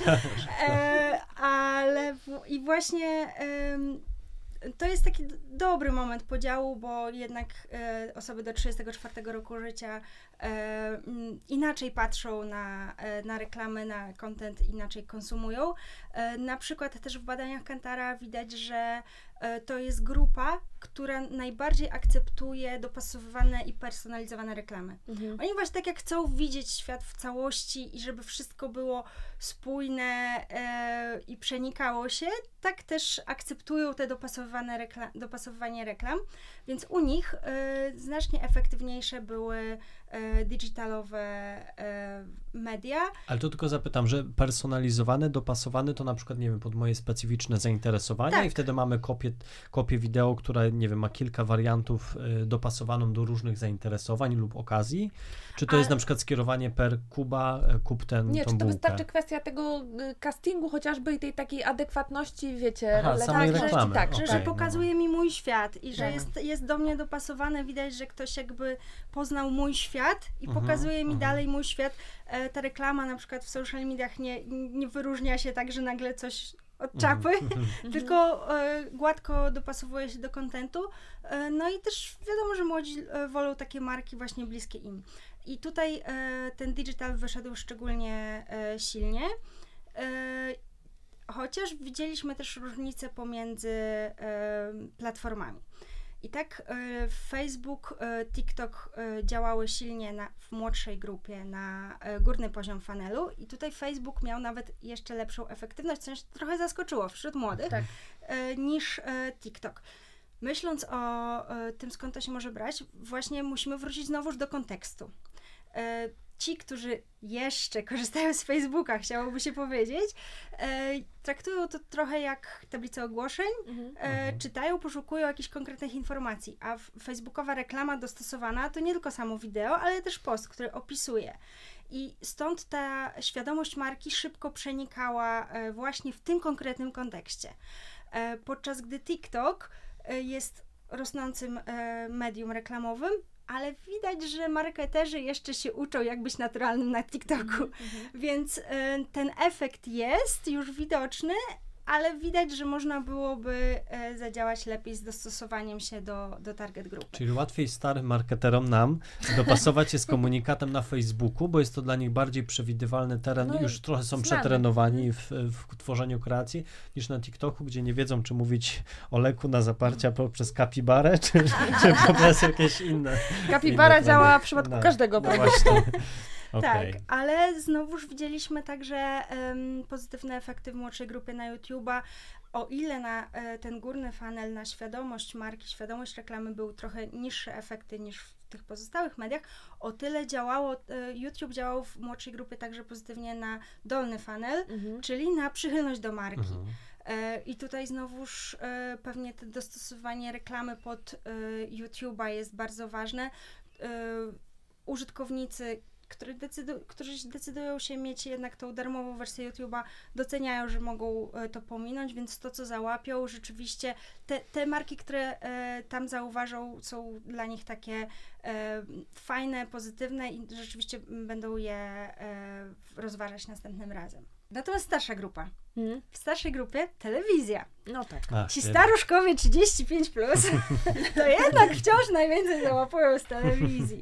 E, ale w, i właśnie e, to jest taki dobry moment podziału, bo jednak e, osoby do trzydziestego czwartego roku życia e, inaczej patrzą na, e, na reklamy, na content, inaczej konsumują. E, na przykład też w badaniach Kantara widać, że e, to jest grupa, która najbardziej akceptuje dopasowywane i personalizowane reklamy. Mhm. Oni właśnie tak jak chcą widzieć świat w całości i żeby wszystko było spójne e, i przenikało się, tak też akceptują te dopasowywane rekla- dopasowywanie reklam, więc u nich e, znacznie efektywniejsze były e, digitalowe e, media. Ale to tylko zapytam, że personalizowane, dopasowane to na przykład, nie wiem, pod moje specyficzne zainteresowania tak. i wtedy mamy kopię, kopię wideo, która, nie wiem, ma kilka wariantów y, dopasowaną do różnych zainteresowań lub okazji? Czy to A... jest na przykład skierowanie per Kuba, kup ten, Nie, tą czy to bułkę? wystarczy kwestia tego y, castingu chociażby i tej takiej adekwatności, wiecie, Aha, samej tak, reklamy. Że, tak, okay, że, że pokazuje no. mi mój świat i że tak. jest, jest do mnie dopasowane, widać, że ktoś jakby poznał mój świat i uh-huh, pokazuje mi uh-huh. dalej mój świat. E, ta reklama na przykład w social mediach nie, nie wyróżnia się tak, że nagle coś od czapy, mm-hmm. tylko e, gładko dopasowuje się do kontentu. E, no i też wiadomo, że młodzi e, wolą takie marki właśnie bliskie im. I tutaj e, ten digital wyszedł szczególnie e, silnie. E, chociaż widzieliśmy też różnice pomiędzy e, platformami. I tak e, Facebook, e, TikTok e, działały silnie na, w młodszej grupie na e, górny poziom funnelu i tutaj Facebook miał nawet jeszcze lepszą efektywność, co mnie trochę zaskoczyło wśród młodych, tak. e, niż e, TikTok. Myśląc o e, tym, skąd to się może brać, właśnie musimy wrócić znowuż do kontekstu. E, Ci, którzy jeszcze korzystają z Facebooka, chciałoby się powiedzieć, e, traktują to trochę jak tablicę ogłoszeń, mhm. e, czytają, poszukują jakichś konkretnych informacji, a facebookowa reklama dostosowana to nie tylko samo wideo, ale też post, który opisuje. I stąd ta świadomość marki szybko przenikała e, właśnie w tym konkretnym kontekście. E, podczas gdy TikTok e, jest rosnącym e, medium reklamowym, ale widać, że marketerzy jeszcze się uczą, jak być naturalnym na TikToku. Mm-hmm. Więc y, ten efekt jest już widoczny, ale widać, że można byłoby y, zadziałać lepiej z dostosowaniem się do, do target grupy. Czyli łatwiej starym marketerom nam dopasować się z komunikatem na Facebooku, bo jest to dla nich bardziej przewidywalny teren, no, już trochę są znamy. przetrenowani w, w tworzeniu kreacji, niż na TikToku, gdzie nie wiedzą, czy mówić o leku na zaparcia poprzez kapibarę, czy, czy poprzez jakieś inne. Kapibara inne działa w przypadku no, każdego no właśnie. Tak, okay. ale znowuż widzieliśmy także um, pozytywne efekty w młodszej grupie na YouTube'a. O ile na e, ten górny funnel, na świadomość marki, świadomość reklamy były trochę niższe efekty niż w tych pozostałych mediach, o tyle działało, YouTube działał w młodszej grupie także pozytywnie na dolny funnel, mhm. czyli na przychylność do marki. Mhm. I tutaj znowuż pewnie to dostosowanie reklamy pod YouTube'a jest bardzo ważne. Użytkownicy, którzy, decydu- którzy decydują się mieć jednak tą darmową wersję YouTube'a, doceniają, że mogą to pominąć, więc to, co załapią, rzeczywiście te, te marki, które e, tam zauważą, są dla nich takie e, fajne, pozytywne i rzeczywiście będą je e, rozważać następnym razem. Natomiast starsza grupa. Hmm. W starszej grupie telewizja. No tak. A, Ci staruszkowie trzydzieści pięć plus, to jednak wciąż najwięcej załapują z telewizji.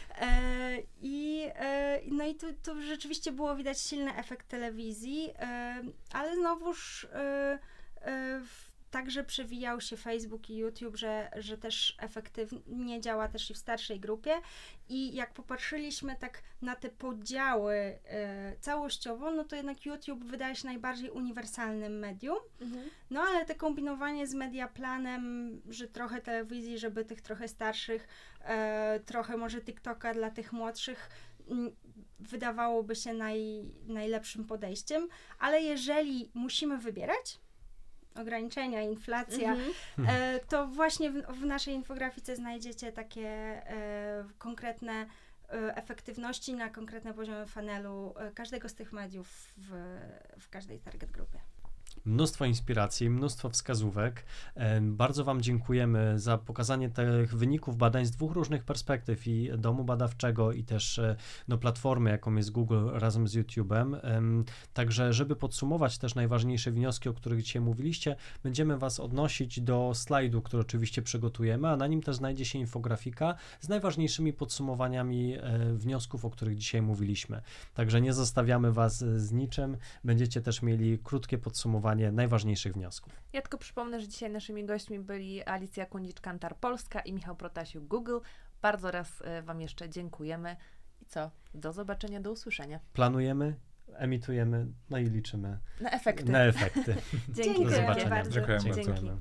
E, I, e, no i tu, tu rzeczywiście było widać silny efekt telewizji, e, ale znowuż e, e, także przewijał się Facebook i YouTube, że, że też efektywnie działa też i w starszej grupie. I jak popatrzyliśmy tak na te podziały e, całościowo, no to jednak YouTube wydaje się najbardziej uniwersalnym medium. Mhm. No ale te kombinowanie z mediaplanem, że trochę telewizji, żeby tych trochę starszych, e, trochę może TikToka dla tych młodszych, m, wydawałoby się naj, najlepszym podejściem. Ale jeżeli musimy wybierać, ograniczenia, inflacja, mm-hmm. e, to właśnie w, w naszej infografice znajdziecie takie e, konkretne e, efektywności na konkretne poziomy funnelu e, każdego z tych mediów w, w każdej target grupie. Mnóstwo inspiracji, mnóstwo wskazówek. Bardzo Wam dziękujemy za pokazanie tych wyników badań z dwóch różnych perspektyw, i domu badawczego, i też no, platformy, jaką jest Google razem z YouTube'em. Także, żeby podsumować też najważniejsze wnioski, o których dzisiaj mówiliście, będziemy Was odnosić do slajdu, który oczywiście przygotujemy, a na nim też znajdzie się infografika z najważniejszymi podsumowaniami wniosków, o których dzisiaj mówiliśmy. Także nie zostawiamy Was z niczym, będziecie też mieli krótkie podsumowanie najważniejszych wniosków. Ja tylko przypomnę, że dzisiaj naszymi gośćmi byli Alicja Kundzicz-Kantar Polska i Michał Protasiuk Google. Bardzo raz Wam jeszcze dziękujemy i co? Do zobaczenia, do usłyszenia. Planujemy, emitujemy, no i liczymy na efekty. Na efekty. Dzięki. Do zobaczenia. Bardzo. Dziękujemy Dzięki. bardzo.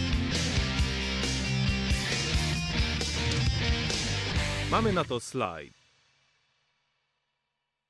Mamy na to slajd.